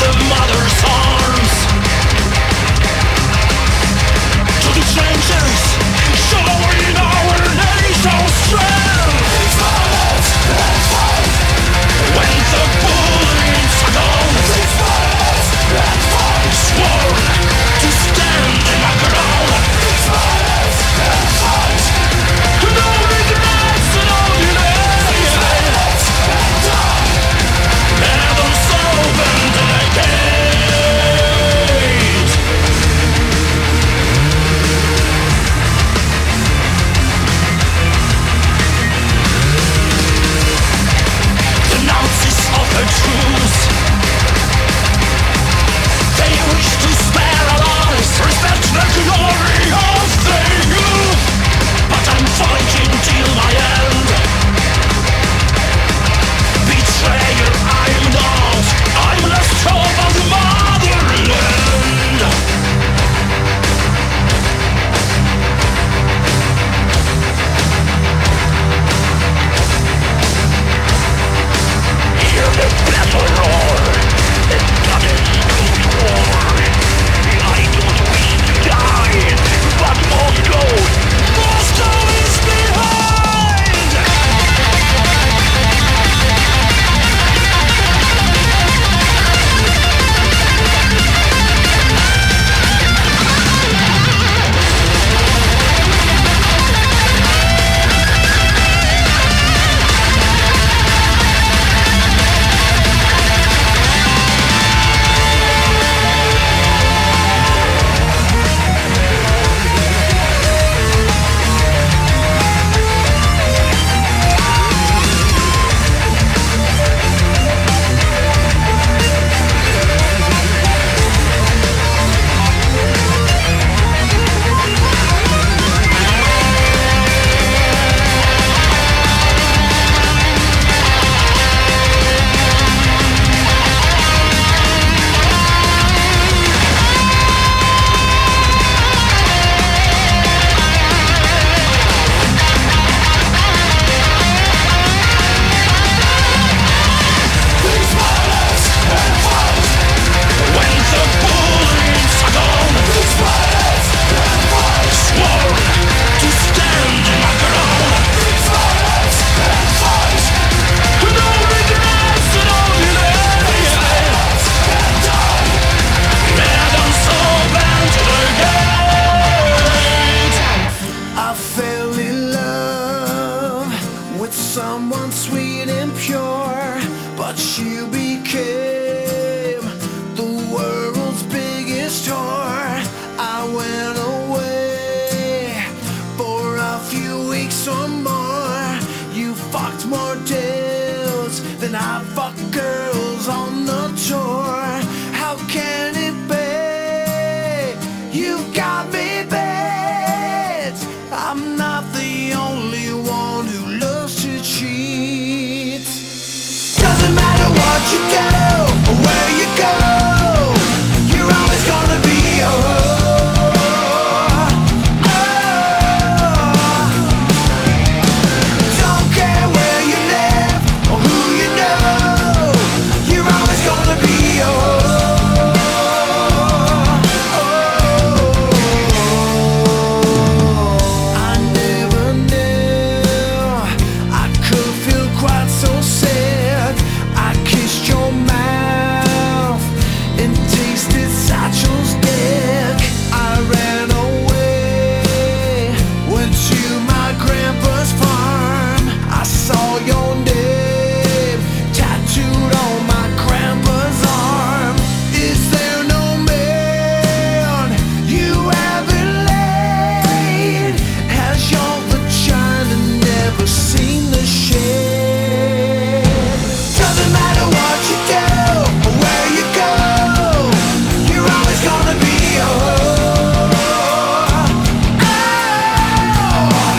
world's biggest whore. I went away for a few weeks or more. You fucked more deals than I fucked girls on the tour. How can it be? You got me bad. I'm not the only one who loves to cheat. Doesn't matter what you do or where you go, you're always gonna be a whore. Oh. Don't care where you live or who you know, you're always gonna be a whore. Oh. I never knew I could feel quite so sad. I kissed your mouth and tasted Satchel's dick. I ran away, went to my grandpa's farm. I saw your name tattooed on my grandpa's arm. Is there no man you haven't laid? Has your vagina never seen the shade? Doesn't matter what you do or where you go, you're always gonna be a whore. Oh.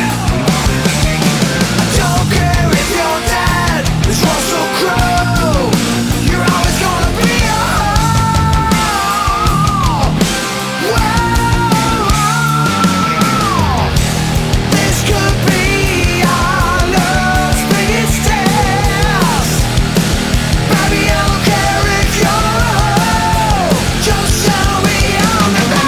I don't care if your dad is Russell Crowe, you're always gonna be a whore. Whoa. This could be our love's biggest test. Baby, I don't care if you're a hoe, just tell me I'm the best.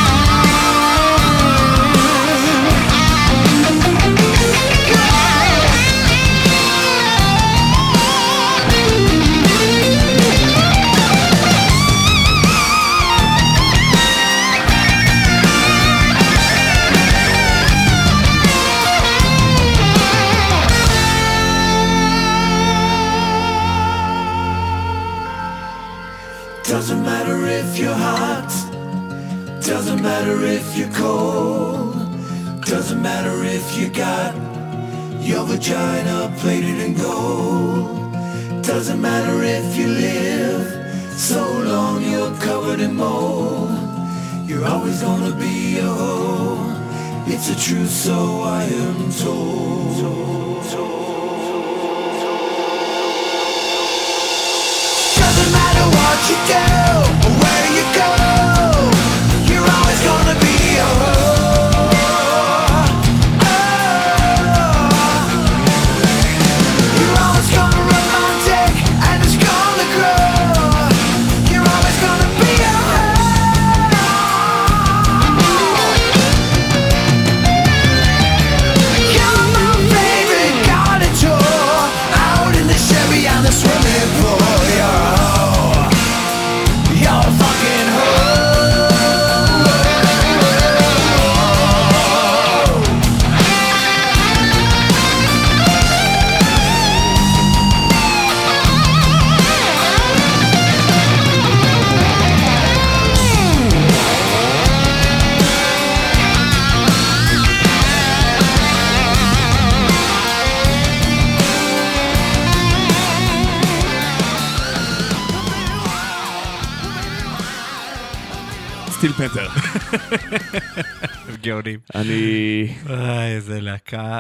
Doesn't matter if you're hot, doesn't matter if you're cold, doesn't matter if you got your vagina plated in gold, doesn't matter if you live so long you're covered in mold, you're always gonna be a hoe. It's a truth, so I am told. Doesn't matter what you do or where you go, you're always gonna be a whore. Oh. You're always gonna romantic and it's gonna grow. You're always gonna be a whore. You're my favorite garden tour, out in the Chevy on the swimming pool. You're a hoe. You're a fucking hoe. סטיל פנתר. גאונים. אני איזה להקה.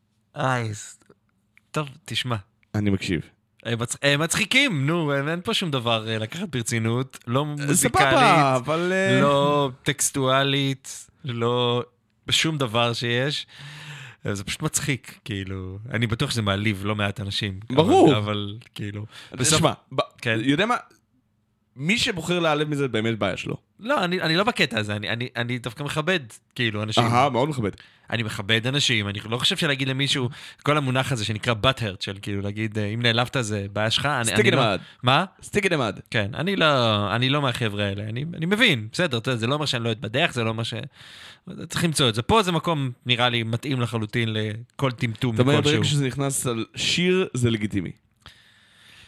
טוב, תשמע. אני מקשיב. הם מצחיקים, נו, אין פה שום דבר לקחת ברצינות, לא מוזיקלית, סבבה, אבל לא טקסטואלית, לא שום דבר שיש. זה פשוט מצחיק, כאילו. אני בטוח שזה מעליב לא מעט אנשים. ברור. אבל כאילו... תשמע, כן. יודע מה? מי שבוחר להעלב מזה באמת בעיה שלו. לא, אני לא בקטע הזה, אני דווקא מכבד, כאילו, אנשים. מאוד מכבד. אני מכבד אנשים, אני לא חושב שלהגיד למישהו, כל המונח הזה שנקרא בטהרט, של כאילו להגיד, אם נעלבת זה בעיה שלך, סטיקי נמד. מה? סטיקי נמד. כן, אני לא מהחבר'ה האלה, אני מבין, בסדר, זה לא אומר שאני לא אתבדח, זה לא אומר ש... צריך למצוא את זה. פה זה מקום, נראה לי, מתאים לחלוטין לכל טמטום. זאת אומרת, ברגע שזה נכנס על שיר, זה לגיטימי.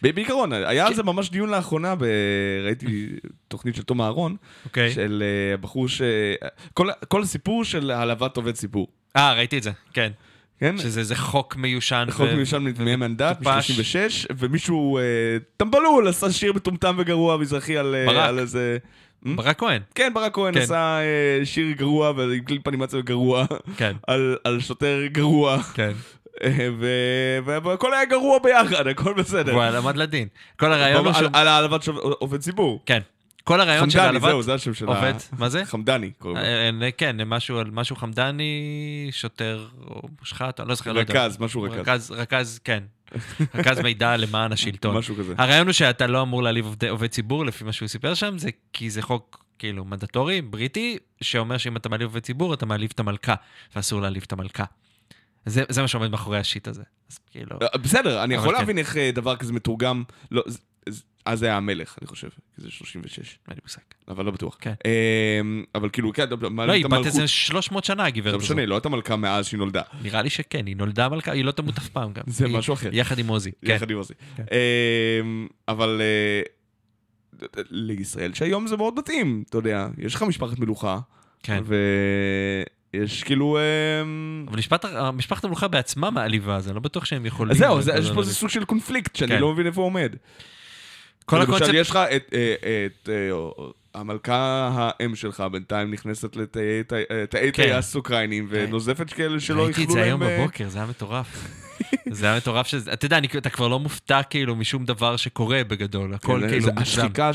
בעיקרון, היה על זה ממש דיון לאחרונה, ראיתי תוכנית של תום אהרון, של בחור כל הסיפור של העלבת עובד ציבור. ראיתי את זה, כן. כן? שזה חוק מיושן. חוק מיושן ממנדט, מ-36, ומישהו טמבלול עשה שיר מטומטם וגרוע מזרחי על איזה... ברק כהן. כן, ברק כהן עשה שיר גרוע, ועם קליפ אנימציה גרוע, על שוטר גרוע. כן. והכל היה גרוע ביחד, הכל בסדר. הוא עמד לדין. כל הרעיון הוא על העלבת עובד ציבור. כן. כל הרעיון של העלבת... חמדני, זהו, זה השם של עובד. מה זה? חמדני, קוראים לו. כן, משהו חמדני, שוטר, או מושחת, אני לא זוכר, לא יודע. רכז, משהו רכז. רכז, כן. רכז מידע למען השלטון. משהו כזה. הרעיון הוא שאתה לא אמור להעליב עובד ציבור, לפי מה שהוא סיפר שם, זה כי זה חוק כאילו מנדטורי, בריטי, שאומר שאם אתה מעליב עובד ציבור, אתה מעליב את המלכה, ואסור להעליב את המלכה. זה מה שעומד מאחורי השיט הזה. בסדר, אני יכול להבין איך דבר כזה מתורגם, אז זה היה המלך, אני חושב, כי זה 36. אין לי מושג. אבל לא בטוח. כן. אבל כאילו, כן, לא, היא בת איזה 300 שנה, הגברת הזאת. זה משנה, לא הייתה מלכה מאז שהיא נולדה. נראה לי שכן, היא נולדה מלכה, היא לא תמות אף פעם גם. זה משהו אחר. יחד עם עוזי. יחד עם עוזי. אבל לישראל שהיום זה מאוד מתאים, אתה יודע, יש לך משפחת מלוכה, ויש כאילו... אבל משפחת המלוכה בעצמה מעליבה, אז אני לא בטוח שהם יכולים... זהו, יש פה איזה סוג של קונפליקט, שאני לא מבין איפה הוא עומד. למשל, יש לך את המלכה האם שלך, בינתיים נכנסת לתאי טייס אוקראינים, ונוזפת כאלה שלא ראיתי את זה היום בבוקר, זה היה מטורף. זה היה מטורף שזה... אתה יודע, אתה כבר לא מופתע כאילו משום דבר שקורה בגדול, הכל כאילו מוגזם. השחיקה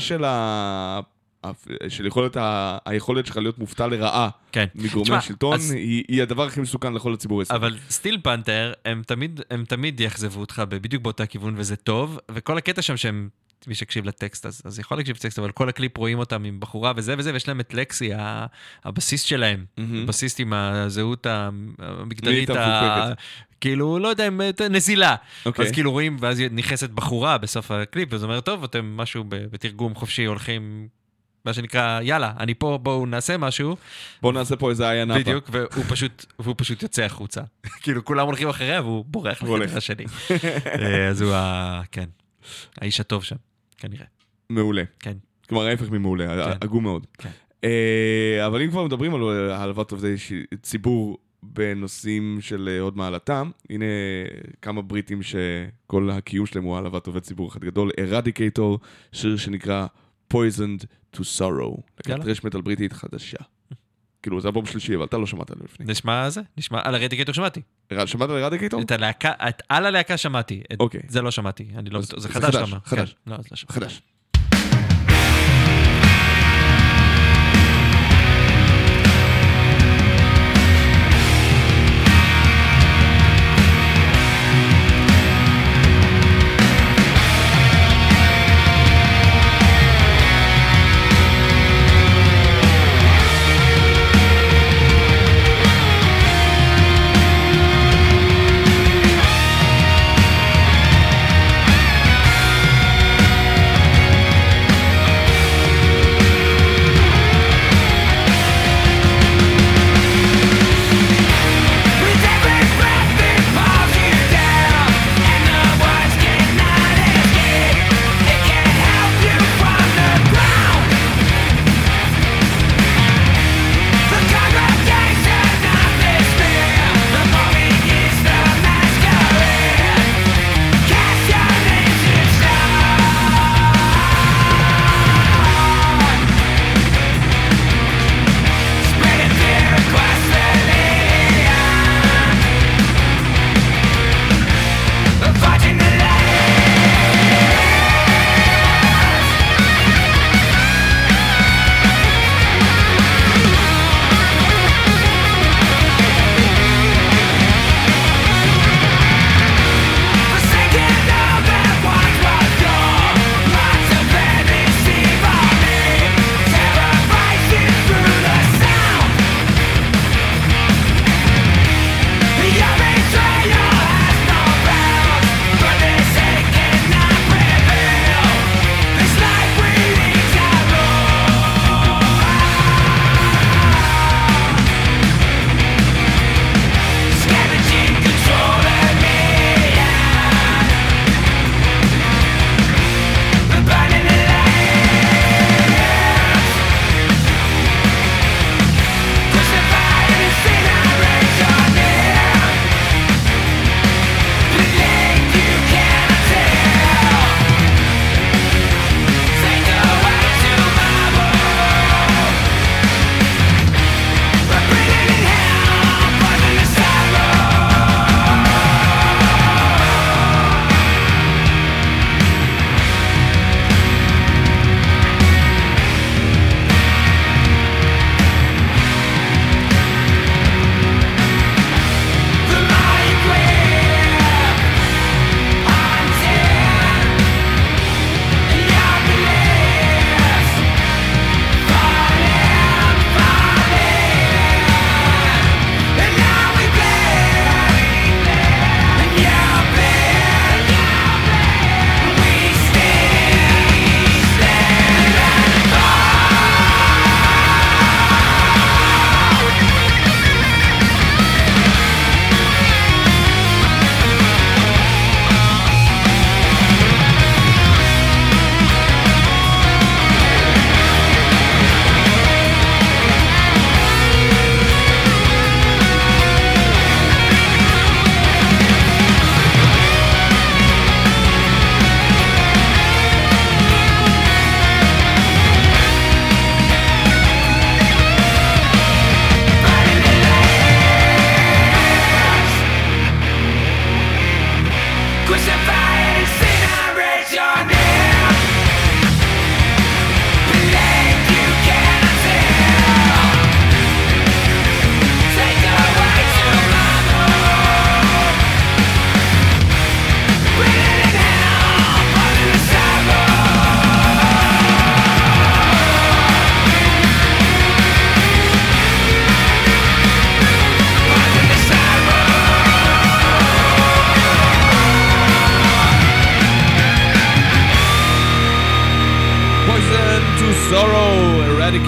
של היכולת שלך להיות מופתע לרעה מגורמי השלטון, היא הדבר הכי מסוכן לכל הציבור הישראלי. אבל סטיל פנתר, הם תמיד יחזבו אותך בדיוק באותה כיוון, וזה טוב, וכל הקטע שם שהם... מי שקשיב לטקסט, אז יכול להקשיב לטקסט, אבל כל הקליפ רואים אותם עם בחורה וזה וזה, ויש להם את לקסי, הבסיסט שלהם, הבסיסט עם הזהות המגדרית, כאילו, לא יודע, נזילה. אז כאילו רואים, ואז נכנסת בחורה בסוף הקליפ, וזה אומר, טוב, אתם משהו בתרגום חופשי, הולכים, מה שנקרא, יאללה, אני פה, בואו נעשה משהו. בואו נעשה פה איזה עיה נפה. בדיוק, והוא פשוט יוצא החוצה. כאילו, כולם הולכים אחריה, והוא בורח לחדר השני. אז הוא, כן. האיש הטוב שם, כנראה. מעולה. כן. כלומר, ההפך ממעולה, הגום מאוד. כן. אבל אם כבר מדברים על העלבת עובדי ציבור בנושאים של הוד מעלתם, הנה כמה בריטים שכל הקיום שלהם הוא העלבת עובד ציבור אחד גדול, Eradicator, שיר שנקרא Poisoned to Sorrow. לקחת רשמת על בריטית חדשה. כאילו, זה אלבום שלישי, אבל אתה לא שמעת עליו לפני. נשמע זה? נשמע, על הרדיקטור שמעתי. שמעת על הרדיקטור? את הלהקה, על הלהקה שמעתי. אוקיי. זה לא שמעתי, אני לא... זה חדש למה? חדש. לא, זה לא שמעתי. חדש.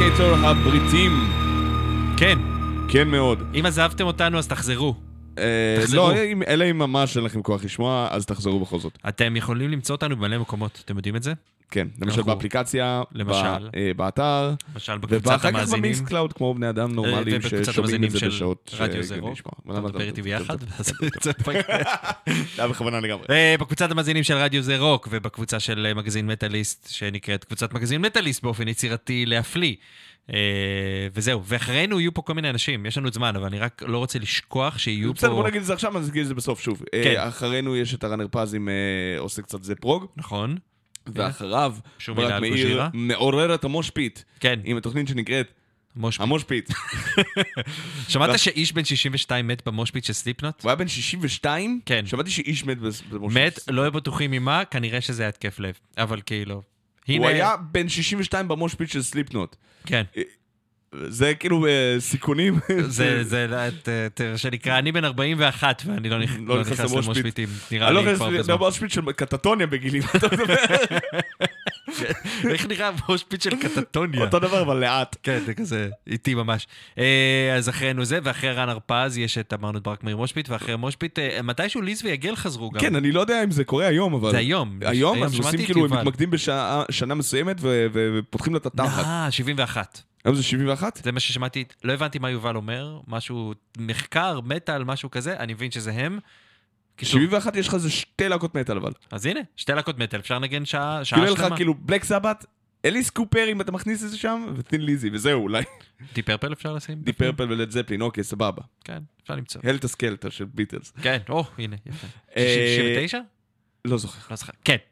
טרמינטור הבריטים. כן. כן מאוד. אם עזבתם אותנו, אז תחזרו. לא, אלא אם ממש אין לכם כוח לשמוע, אז תחזרו בכל זאת. אתם יכולים למצוא אותנו במלא מקומות, אתם יודעים את זה? כן, למשל באפליקציה, באתר, למשל בקבוצת ואחר כך המאזינים. במיקס קלאוד, כמו בני אדם נורמליים ששומעים את זה בשעות רדיו זה רוק. אתה מדבר איתי ביחד? זה היה בכוונה לגמרי. בקבוצת המאזינים של רדיו זה רוק, ובקבוצה של מגזין מטאליסט, שנקראת קבוצת מגזין מטאליסט, באופן יצירתי להפליא. וזהו, ואחרינו יהיו פה כל מיני אנשים, יש לנו את זמן, אבל אני רק לא רוצה לשכוח שיהיו פה... בסדר, בוא נגיד את זה עכשיו, אז נגיד את זה בסוף שוב. אחרינו יש את הראנר פז עם עושה קצת זה פרוג. נכון. ואחריו, ברק מאיר מעורר את המושפיט. כן. עם התוכנית שנקראת המושפיט. שמעת שאיש בן 62 מת במושפיט של סליפנוט? הוא היה בן 62? כן. שמעתי שאיש מת במושפיט. מת, לא היו בטוחים ממה, כנראה שזה היה התקף לב. אבל כאילו... הוא היה בן 62 במושפיט של סליפנוט. כן. זה כאילו סיכונים. זה שנקרא, אני בן 41, ואני לא נכנס למושפיטים. נראה לי כבר בזמן. במושפיט של קטטוניה בגילים. איך נראה מושפיט של קטטוניה? אותו דבר, אבל לאט. כן, זה כזה איטי ממש. אז אחרינו זה, ואחרי רן הרפז יש את אמרנו את ברק מאיר מושפיט, ואחרי מושפיט, מתישהו ליז ויגל חזרו גם. כן, אני לא יודע אם זה קורה היום, אבל... זה היום. היום, אז עושים כאילו, הם מתמקדים בשנה מסוימת, ופותחים לה את התחת. 71. היום זה 71? זה מה ששמעתי, לא הבנתי מה יובל אומר, משהו, מחקר, מטל, משהו כזה, אני מבין שזה הם. 71 יש לך זה 2 להקות מטל, אבל. אז הנה, 2 להקות מטל, אפשר לנגן שעה שלמה. כאילו שלמה. לך כאילו בלק סבת, אליס קופר אם אתה מכניס את זה שם, וטין ליזי, וזהו אולי. די פרפל אפשר לשים? די פרפל ולד זפלין, אוקיי, סבבה. כן, אפשר למצוא. הלטה סקלטה של ביטלס. כן, הנה, יפה. 69? לא זוכר. לא זוכר, כן.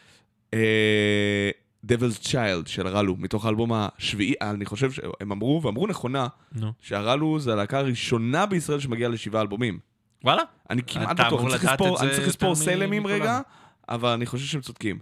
Devil's Child של הרלו, מתוך האלבום השביעי, אני חושב שהם אמרו נכונה, שהרלו זה הלהקה הראשונה בישראל שמגיעה ל7 אלבומים. וואלה? אני כמעט בטוח, אני צריך לספור סלמים רגע, אבל אני חושב שהם צודקים.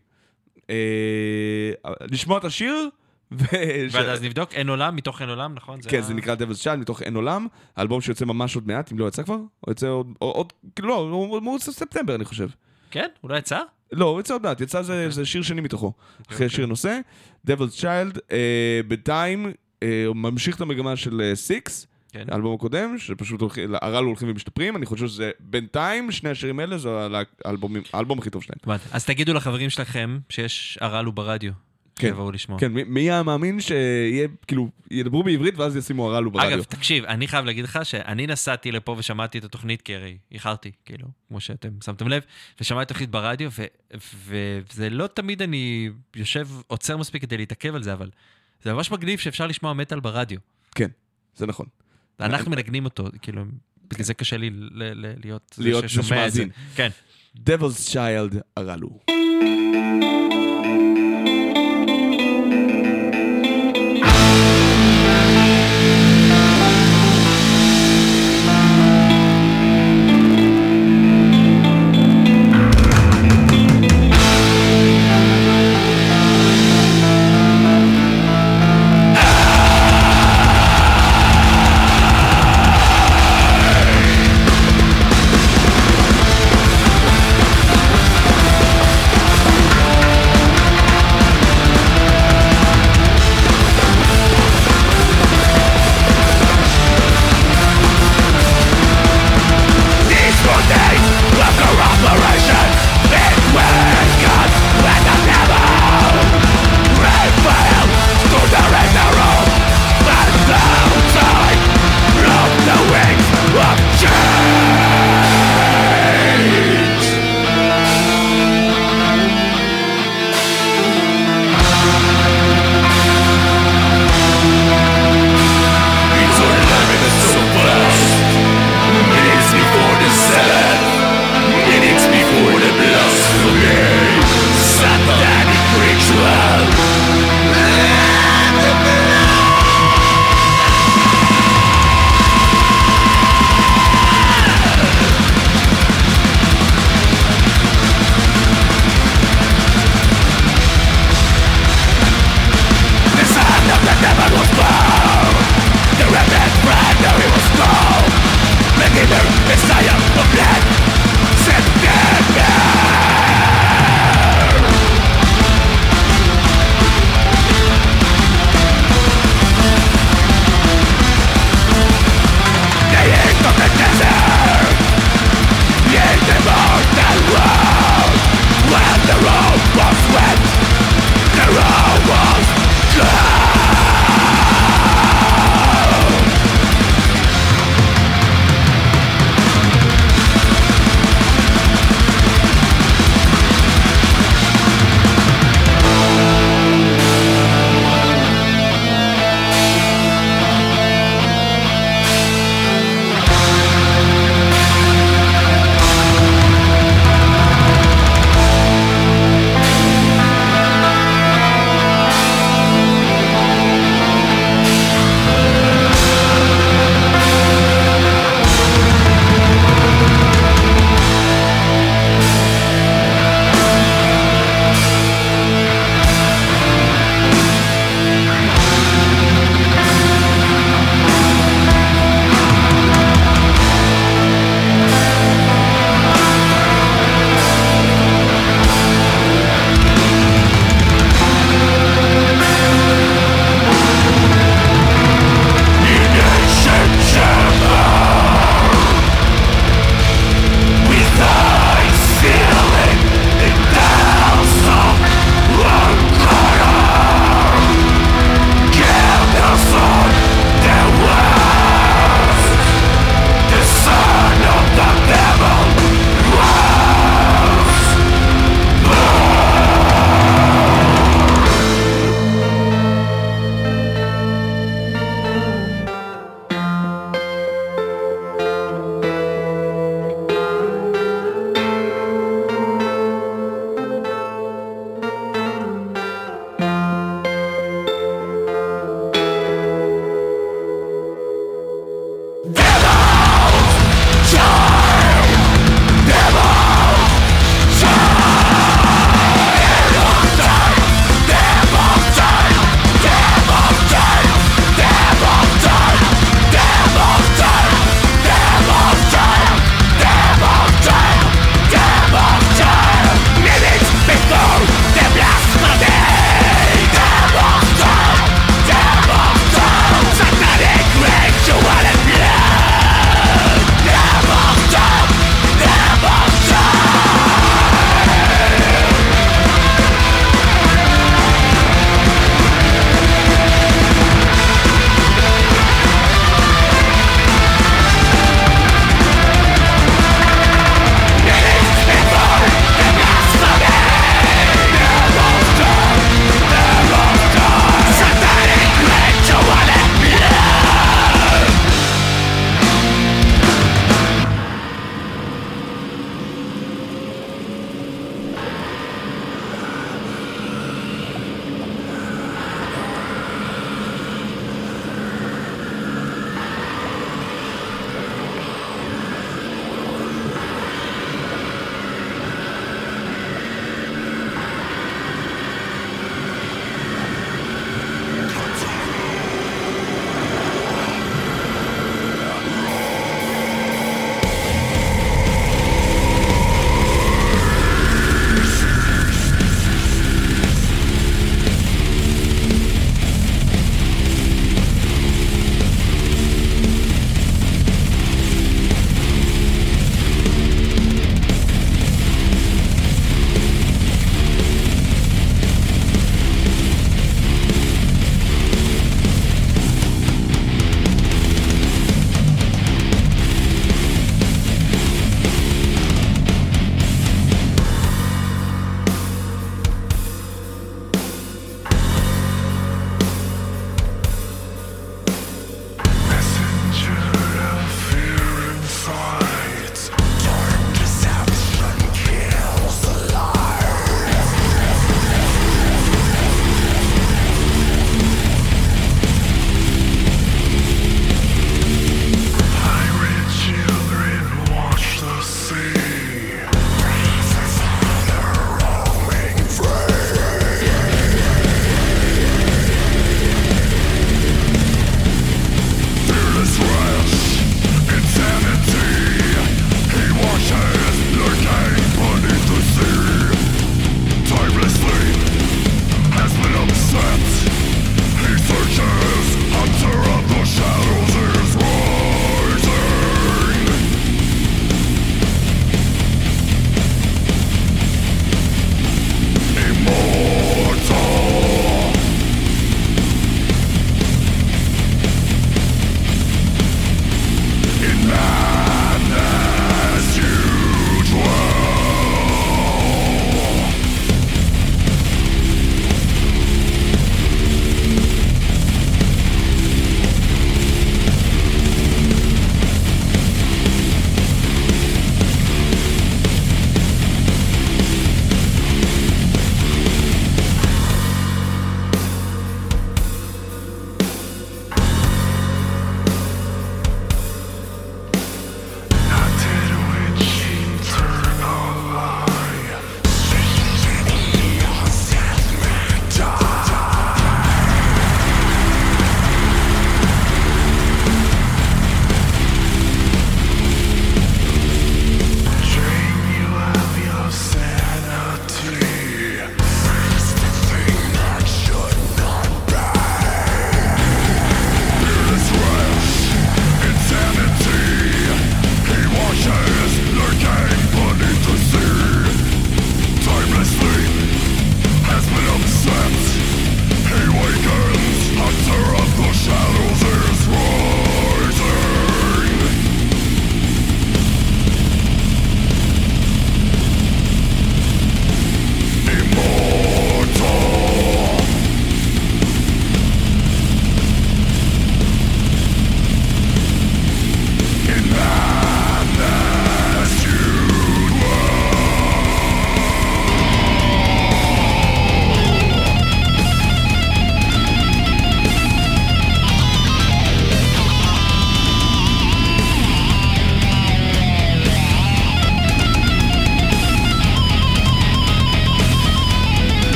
לשמוע את השיר, ואז נבדוק, אין עולם, מתוך אין עולם, נכון? כן, זה נקרא Devil's Child, מתוך אין עולם, האלבום שיוצא ממש עוד מעט, אם לא יצא כבר, או יוצא עוד, לא, הוא יוצא ספטמבר, אני חושב. כן? הוא לא יצא? לא, הוא יצא עוד מעט, יצא זה שיר שני מתוכו, אחרי שיר נושא, Devil's Child, בינתיים, הוא ממשיך את המגמה של סיקס, האלבום הקודם, שפשוט הרלו הולכים ומשתפרים, אני חושב שזה בינתיים, שני השירים האלה, זה האלבום הכי טוב שלהם. אז תגידו לחברים שלכם שיש הרלו ברדיו. שיבואו לשמוע. כן, מי היה מאמין שיהיה, כאילו, ידברו בעברית ואז ישימו הרלו ברדיו. אגב, תקשיב, אני חייב להגיד לך שאני נסעתי לפה ושמעתי את התוכנית, כי הרי איחרתי, כאילו, כמו שאתם שמתם לב, ושמעתי את התוכנית ברדיו, וזה לא תמיד אני יושב, עוצר מספיק כדי להתעכב על זה, אבל זה ממש מגניב שאפשר לשמוע מטל ברדיו. כן, זה נכון. אנחנו מנגנים אותו, כאילו, בגלל זה קשה לי להיות זה שמאזין. כן. Devil's Child, הרלו.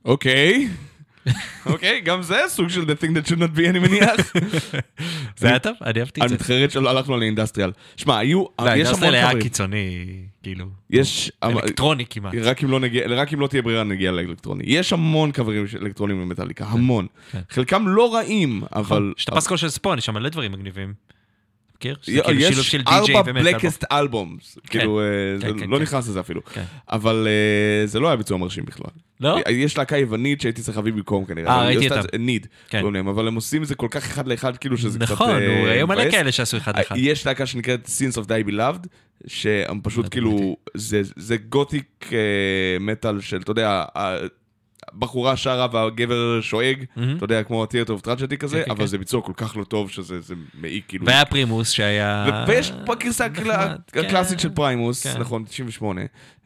אוקיי. אוקיי, גם זה סוג של the thing that should not be, אני מניח. זה היה טוב? אני אהבתי את אני זה. מתחרט שלא הלכנו לאינדסטריאל. שמע, היו, יש המון האינדסטריאל היה קאברים. קיצוני, כאילו. יש, אלקטרוני כמעט. רק אם לא תהיה ברירה נגיע לאלקטרוני. יש המון קאברים אלקטרונים במטאליקה, המון. חלקם לא רעים, אבל... יש את הפסקול של ספון, יש שם מלא דברים מגניבים. מכיר? יש 4 בלקסט אלבומס, כאילו, לא נכנס לזה אפילו. אבל זה לא היה ביצוע מרשים בכלל. לא? יש להקה יוונית שהייתי צריך להביא במקום כנראה. ראיתי אותם. ניד, אבל הם עושים את זה כל כך אחד לאחד, כאילו שזה קצת... נכון, היו מלא כאלה שעשו אחד לאחד. יש להקה שנקראת Sins of Die Beloved, שהם פשוט כאילו, זה גותיק מטל של, אתה יודע, בחורה שרה והגבר שואג, אתה יודע, כמו Theater of Tragedy כזה, אבל זה ביצוע כל כך לא טוב שזה מעיק כאילו... והיה פרימוס שהיה... ויש פה גרסה הקלאסית של פריימוס, נכון, 98,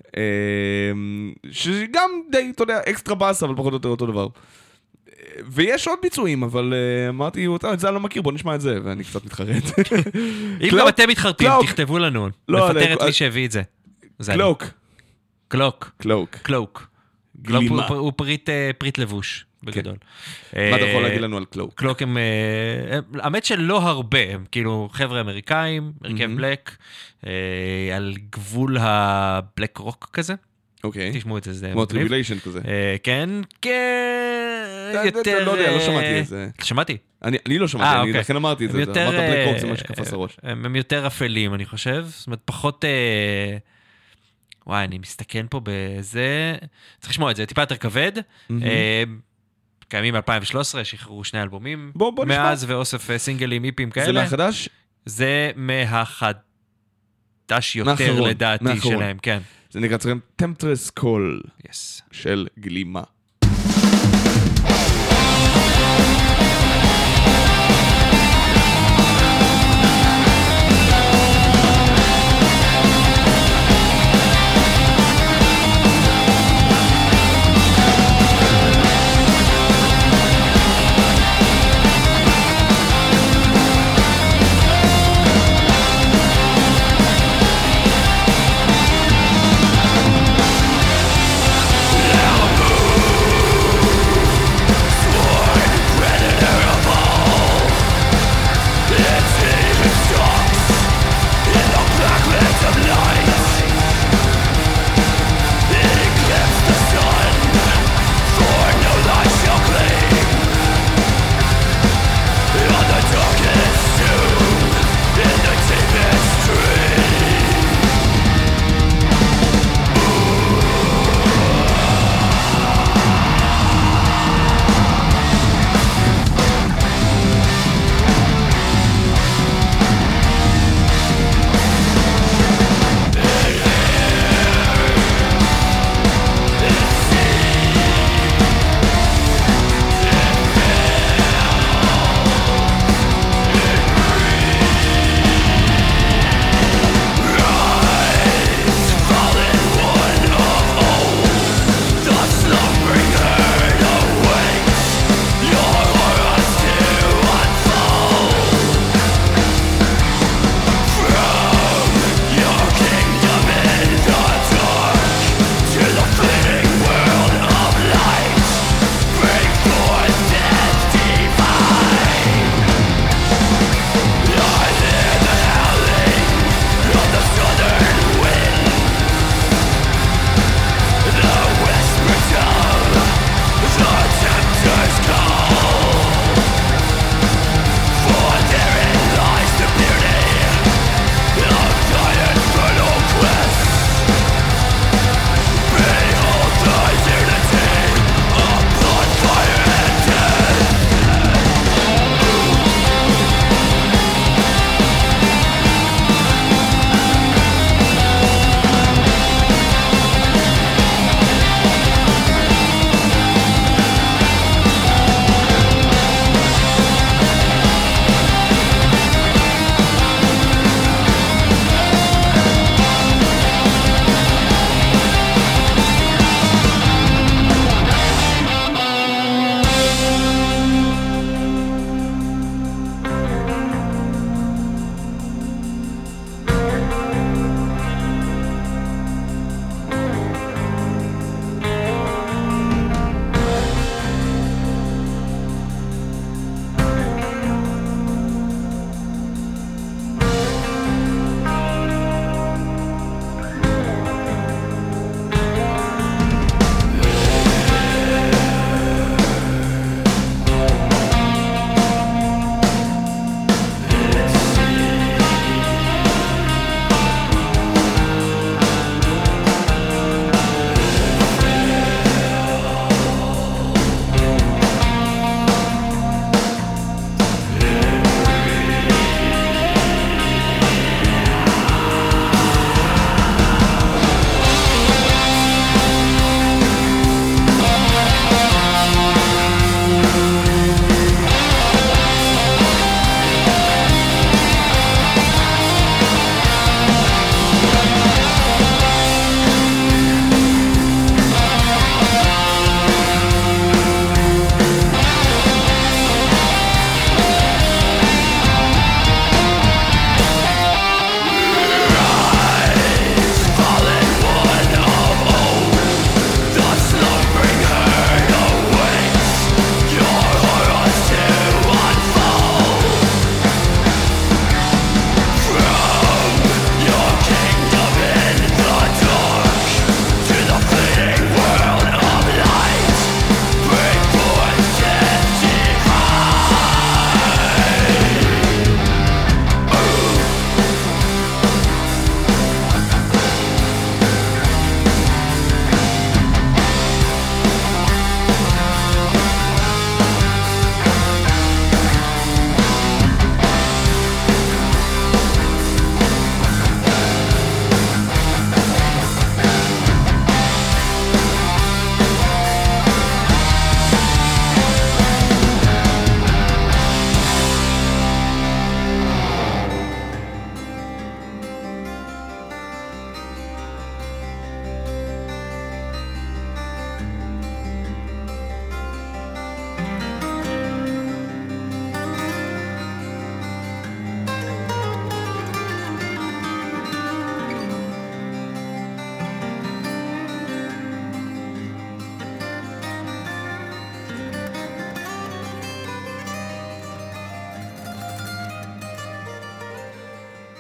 שגם די, אתה יודע, אקסטרה באס, אבל פחות או יותר אותו דבר. ויש עוד ביצועים, אבל אמרתי, את זה אני לא מכיר, בוא נשמע את זה, ואני קצת מתחרט. אם גם אתם מתחרטים, תכתבו לנו. לפטר את מי שהביא את זה. קלוק. גלימה. הוא פריט לבוש, בגדול. מה אתה יכול להגיד לנו על קלוק? קלוק הם... האמת שלא הרבה, הם כאילו חבר'ה אמריקאים, הרכב בלק, על גבול הבלק רוק כזה. אוקיי. תשמעו את זה. כמו טריביליישן כזה. כן. לא יודע, לא שמעתי את זה. שמעתי? אני לא שמעתי, אני לכן אמרתי את זה. אמרת בלק רוק, זה מה שקפס הראש. הם יותר אפלים, אני חושב. זאת אומרת, פחות... וואי, אני מסתכן פה בזה... צריך לשמוע את זה, טיפה יותר כבד. קיימים ב-2013, שחררו 2 אלבומים. בוא נשמע. מאז ואוסף סינגלים, איפים כאלה. זה מהחדש? זה מהחדש יותר לדעתי שלהם, כן. זה נקרא צריכים Temptress Call של גלימה. I'll move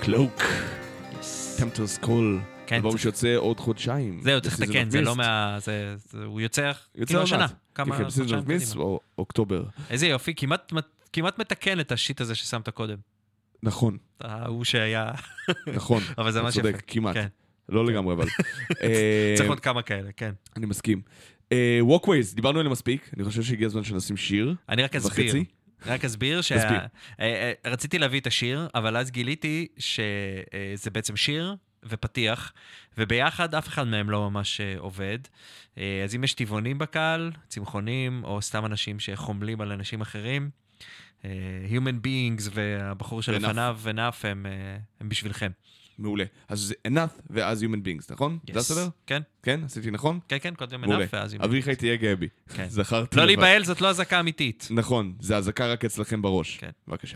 קלוק, טמפטרס קול, כן, אלבום שיוצא עוד חודשיים. זהו, צריך לתקן, זה לא הוא יוצא כאילו השנה. כמה חודשיים קדימה. או אוקטובר. איזה יופי, כמעט מתקן את השיט הזה ששמת קודם. נכון. הוא שהיה... נכון. אבל זה ממש יפה. צודק, כמעט. לא לגמרי, אבל. צריך עוד כמה כאלה, כן. אני מסכים. Walkways, דיברנו עליהם מספיק, אני חושב שהגיע הזמן שנשים שיר. אני רק אסביר רציתי להביא את השיר, אבל אז גיליתי שזה בעצם שיר ופתיח, וביחד אף אחד מהם לא ממש עובד. אז אם יש טבעונים בקהל, צמחונים, או סתם אנשים שחומלים על אנשים אחרים, Human Beings והבחור שלפניו ונף הם בשבילכם. מעולה. אז זה enough ואז Human Beings, נכון? זה הסדר? כן. כן? עשיתי נכון? כן, כן, קודם enough ואז Human Beings. אביחי תהיה גאה בי. זכרתי. לא להיבהל, זאת לא הזקה אמיתית. נכון, זה הזקה רק אצלכם בראש. כן. בבקשה.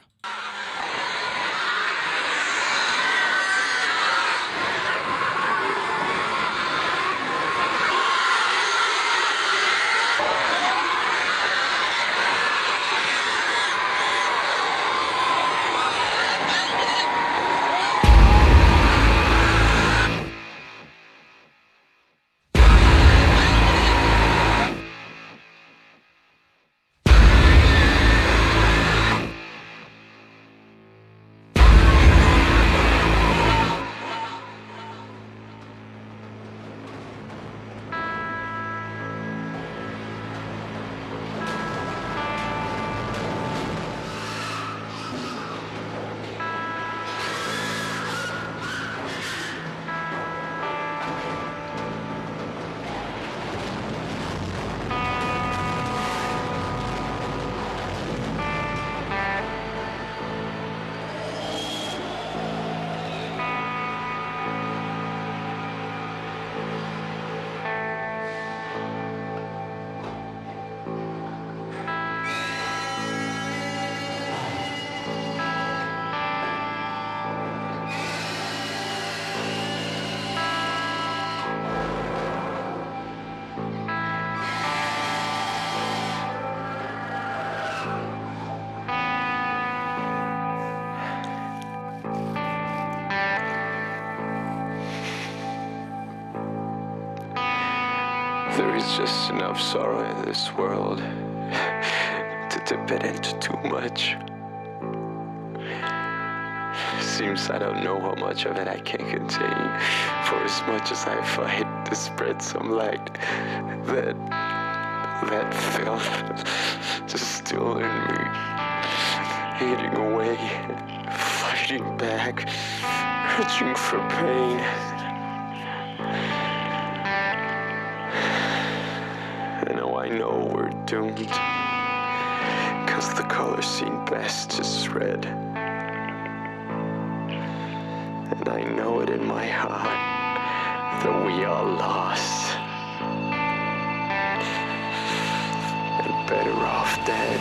There is just enough sorrow in this world to dip it into too much. Seems I don't know how much of it I can contain. For as much as I fight to spread some light, that filth just still in me, eating away, fighting back, reaching for pain. I know we're doomed, 'cause the color seen best is red. And I know it in my heart that we are lost and better off dead.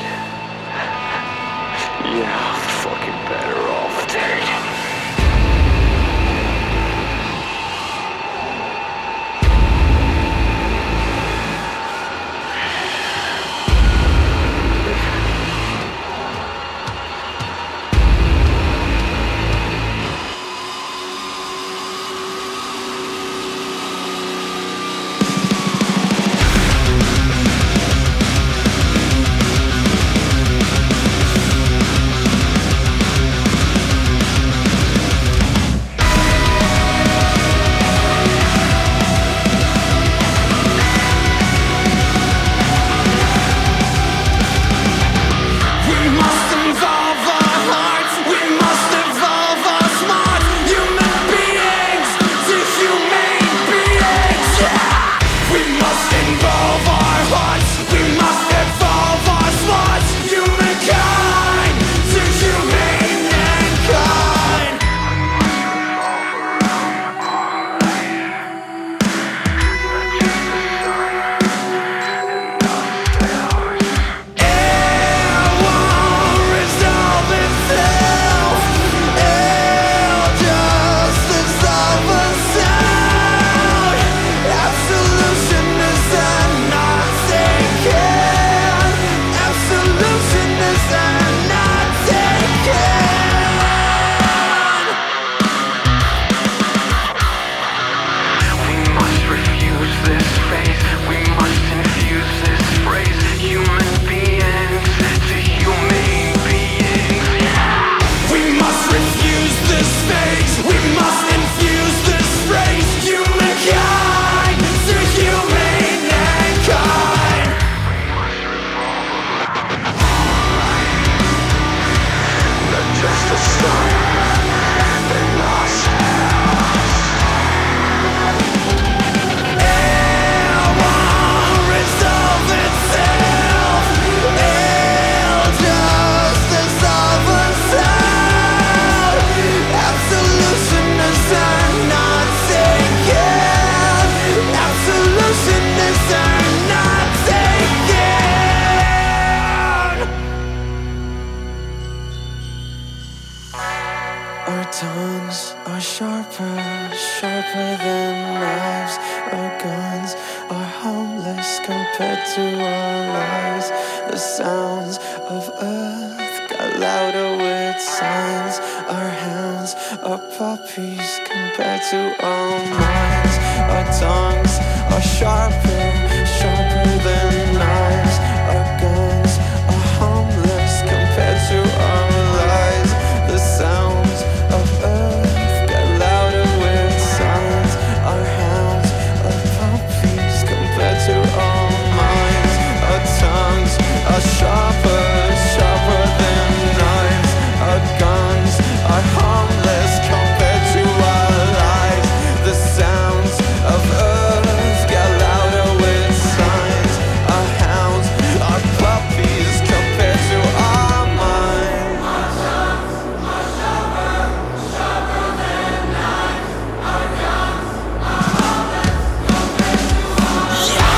Yeah, fucking better off dead. sharper, sharper than knives. Our guns are harmless compared to our lives. The sounds of earth got louder with signs. Our hounds are puppies compared to our minds. Our tongues are sharper, sharper than knives. Our guns are harmless compared to our lives. The sounds of earth got louder with signs. Our hounds are puppies compared to our minds. Our tongues are sharper, sharper than knives. Our guns are harmless compared to our lives. The sounds of earth got louder with signs. Our hounds are puppies compared to our minds. Our tongues are sharper, sharper than knives. Our guns are harmless compared to our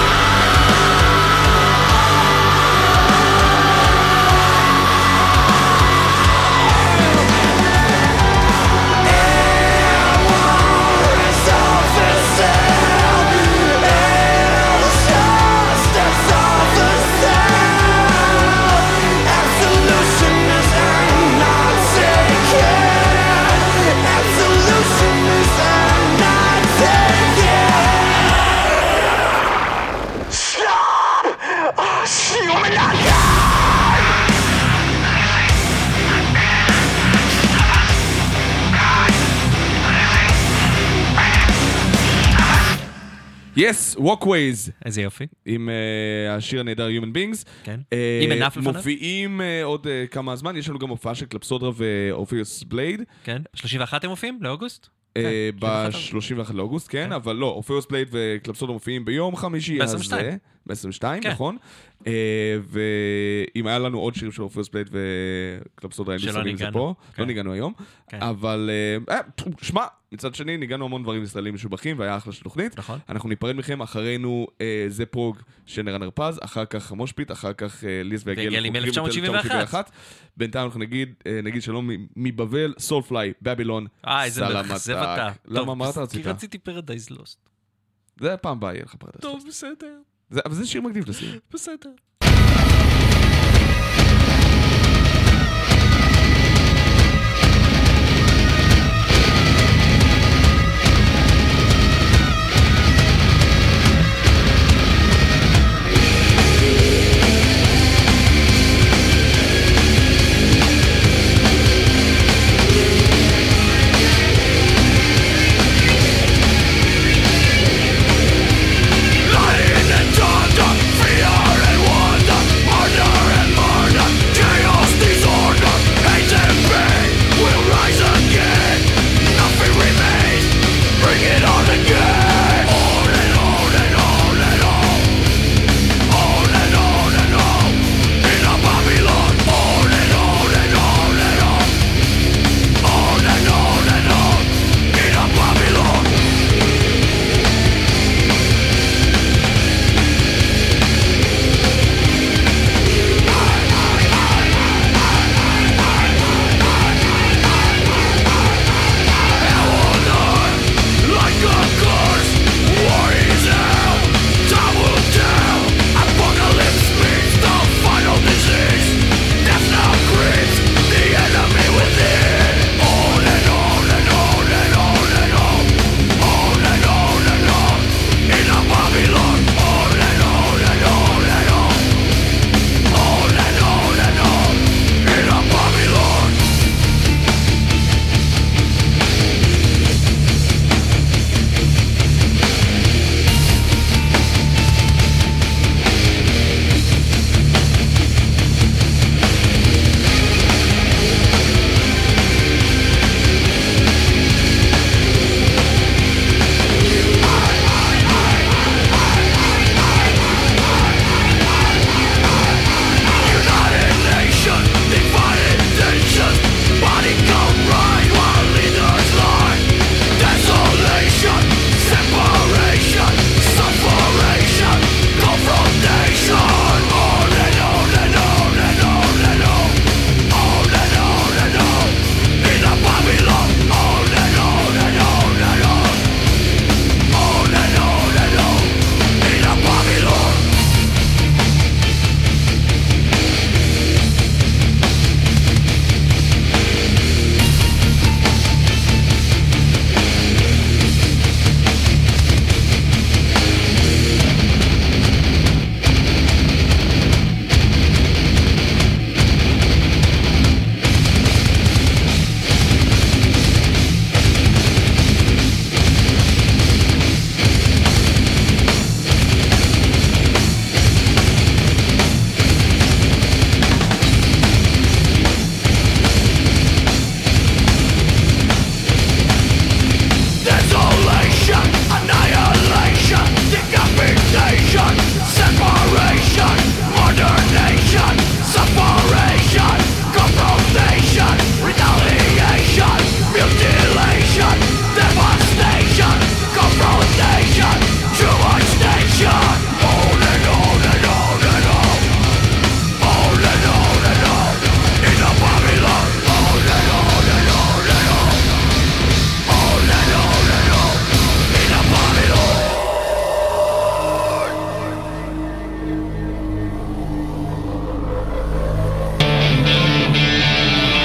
Yes, Walkways, איזה יופי. עם השיר הנהדר Human Beings. כן. עם ענף לפניו. מופיעים עוד כמה זמן, יש לנו גם הופעה של קלפסודרה ואורפיוס בלייד. כן. 31 הם מופיעים? לאוגוסט? ב-31 לאוגוסט, כן, אבל לא, אורפיוס בלייד וקלפסודרה מופיעים ביום חמישי הזה. ב-22, נכון. ואם היה לנו עוד שירים של אורפיוס בלייד וקלפסודרה, אין לי סביב זה פה, לא ניגענו היום. אבל, שמע, מצד שני, ניגענו המון דברים ישראלים משובחים, והיה אחלה של תוכנית. נכון. אנחנו ניפרד מכם, אחרינו זה פרוג של נרן הרפז, אחר כך מושפיט, אחר כך ליס והגל מ-1971. בינתיים אנחנו נגיד שלום מבבל, סולפליי, בבילון, סלמתק. למה אמרת רצית? כי רציתי פרדייז לוסט. זה פעם הבאה יהיה לך פרדייז לוסט. טוב, בסדר. אבל זה שיר מגניב לסיר. בסדר.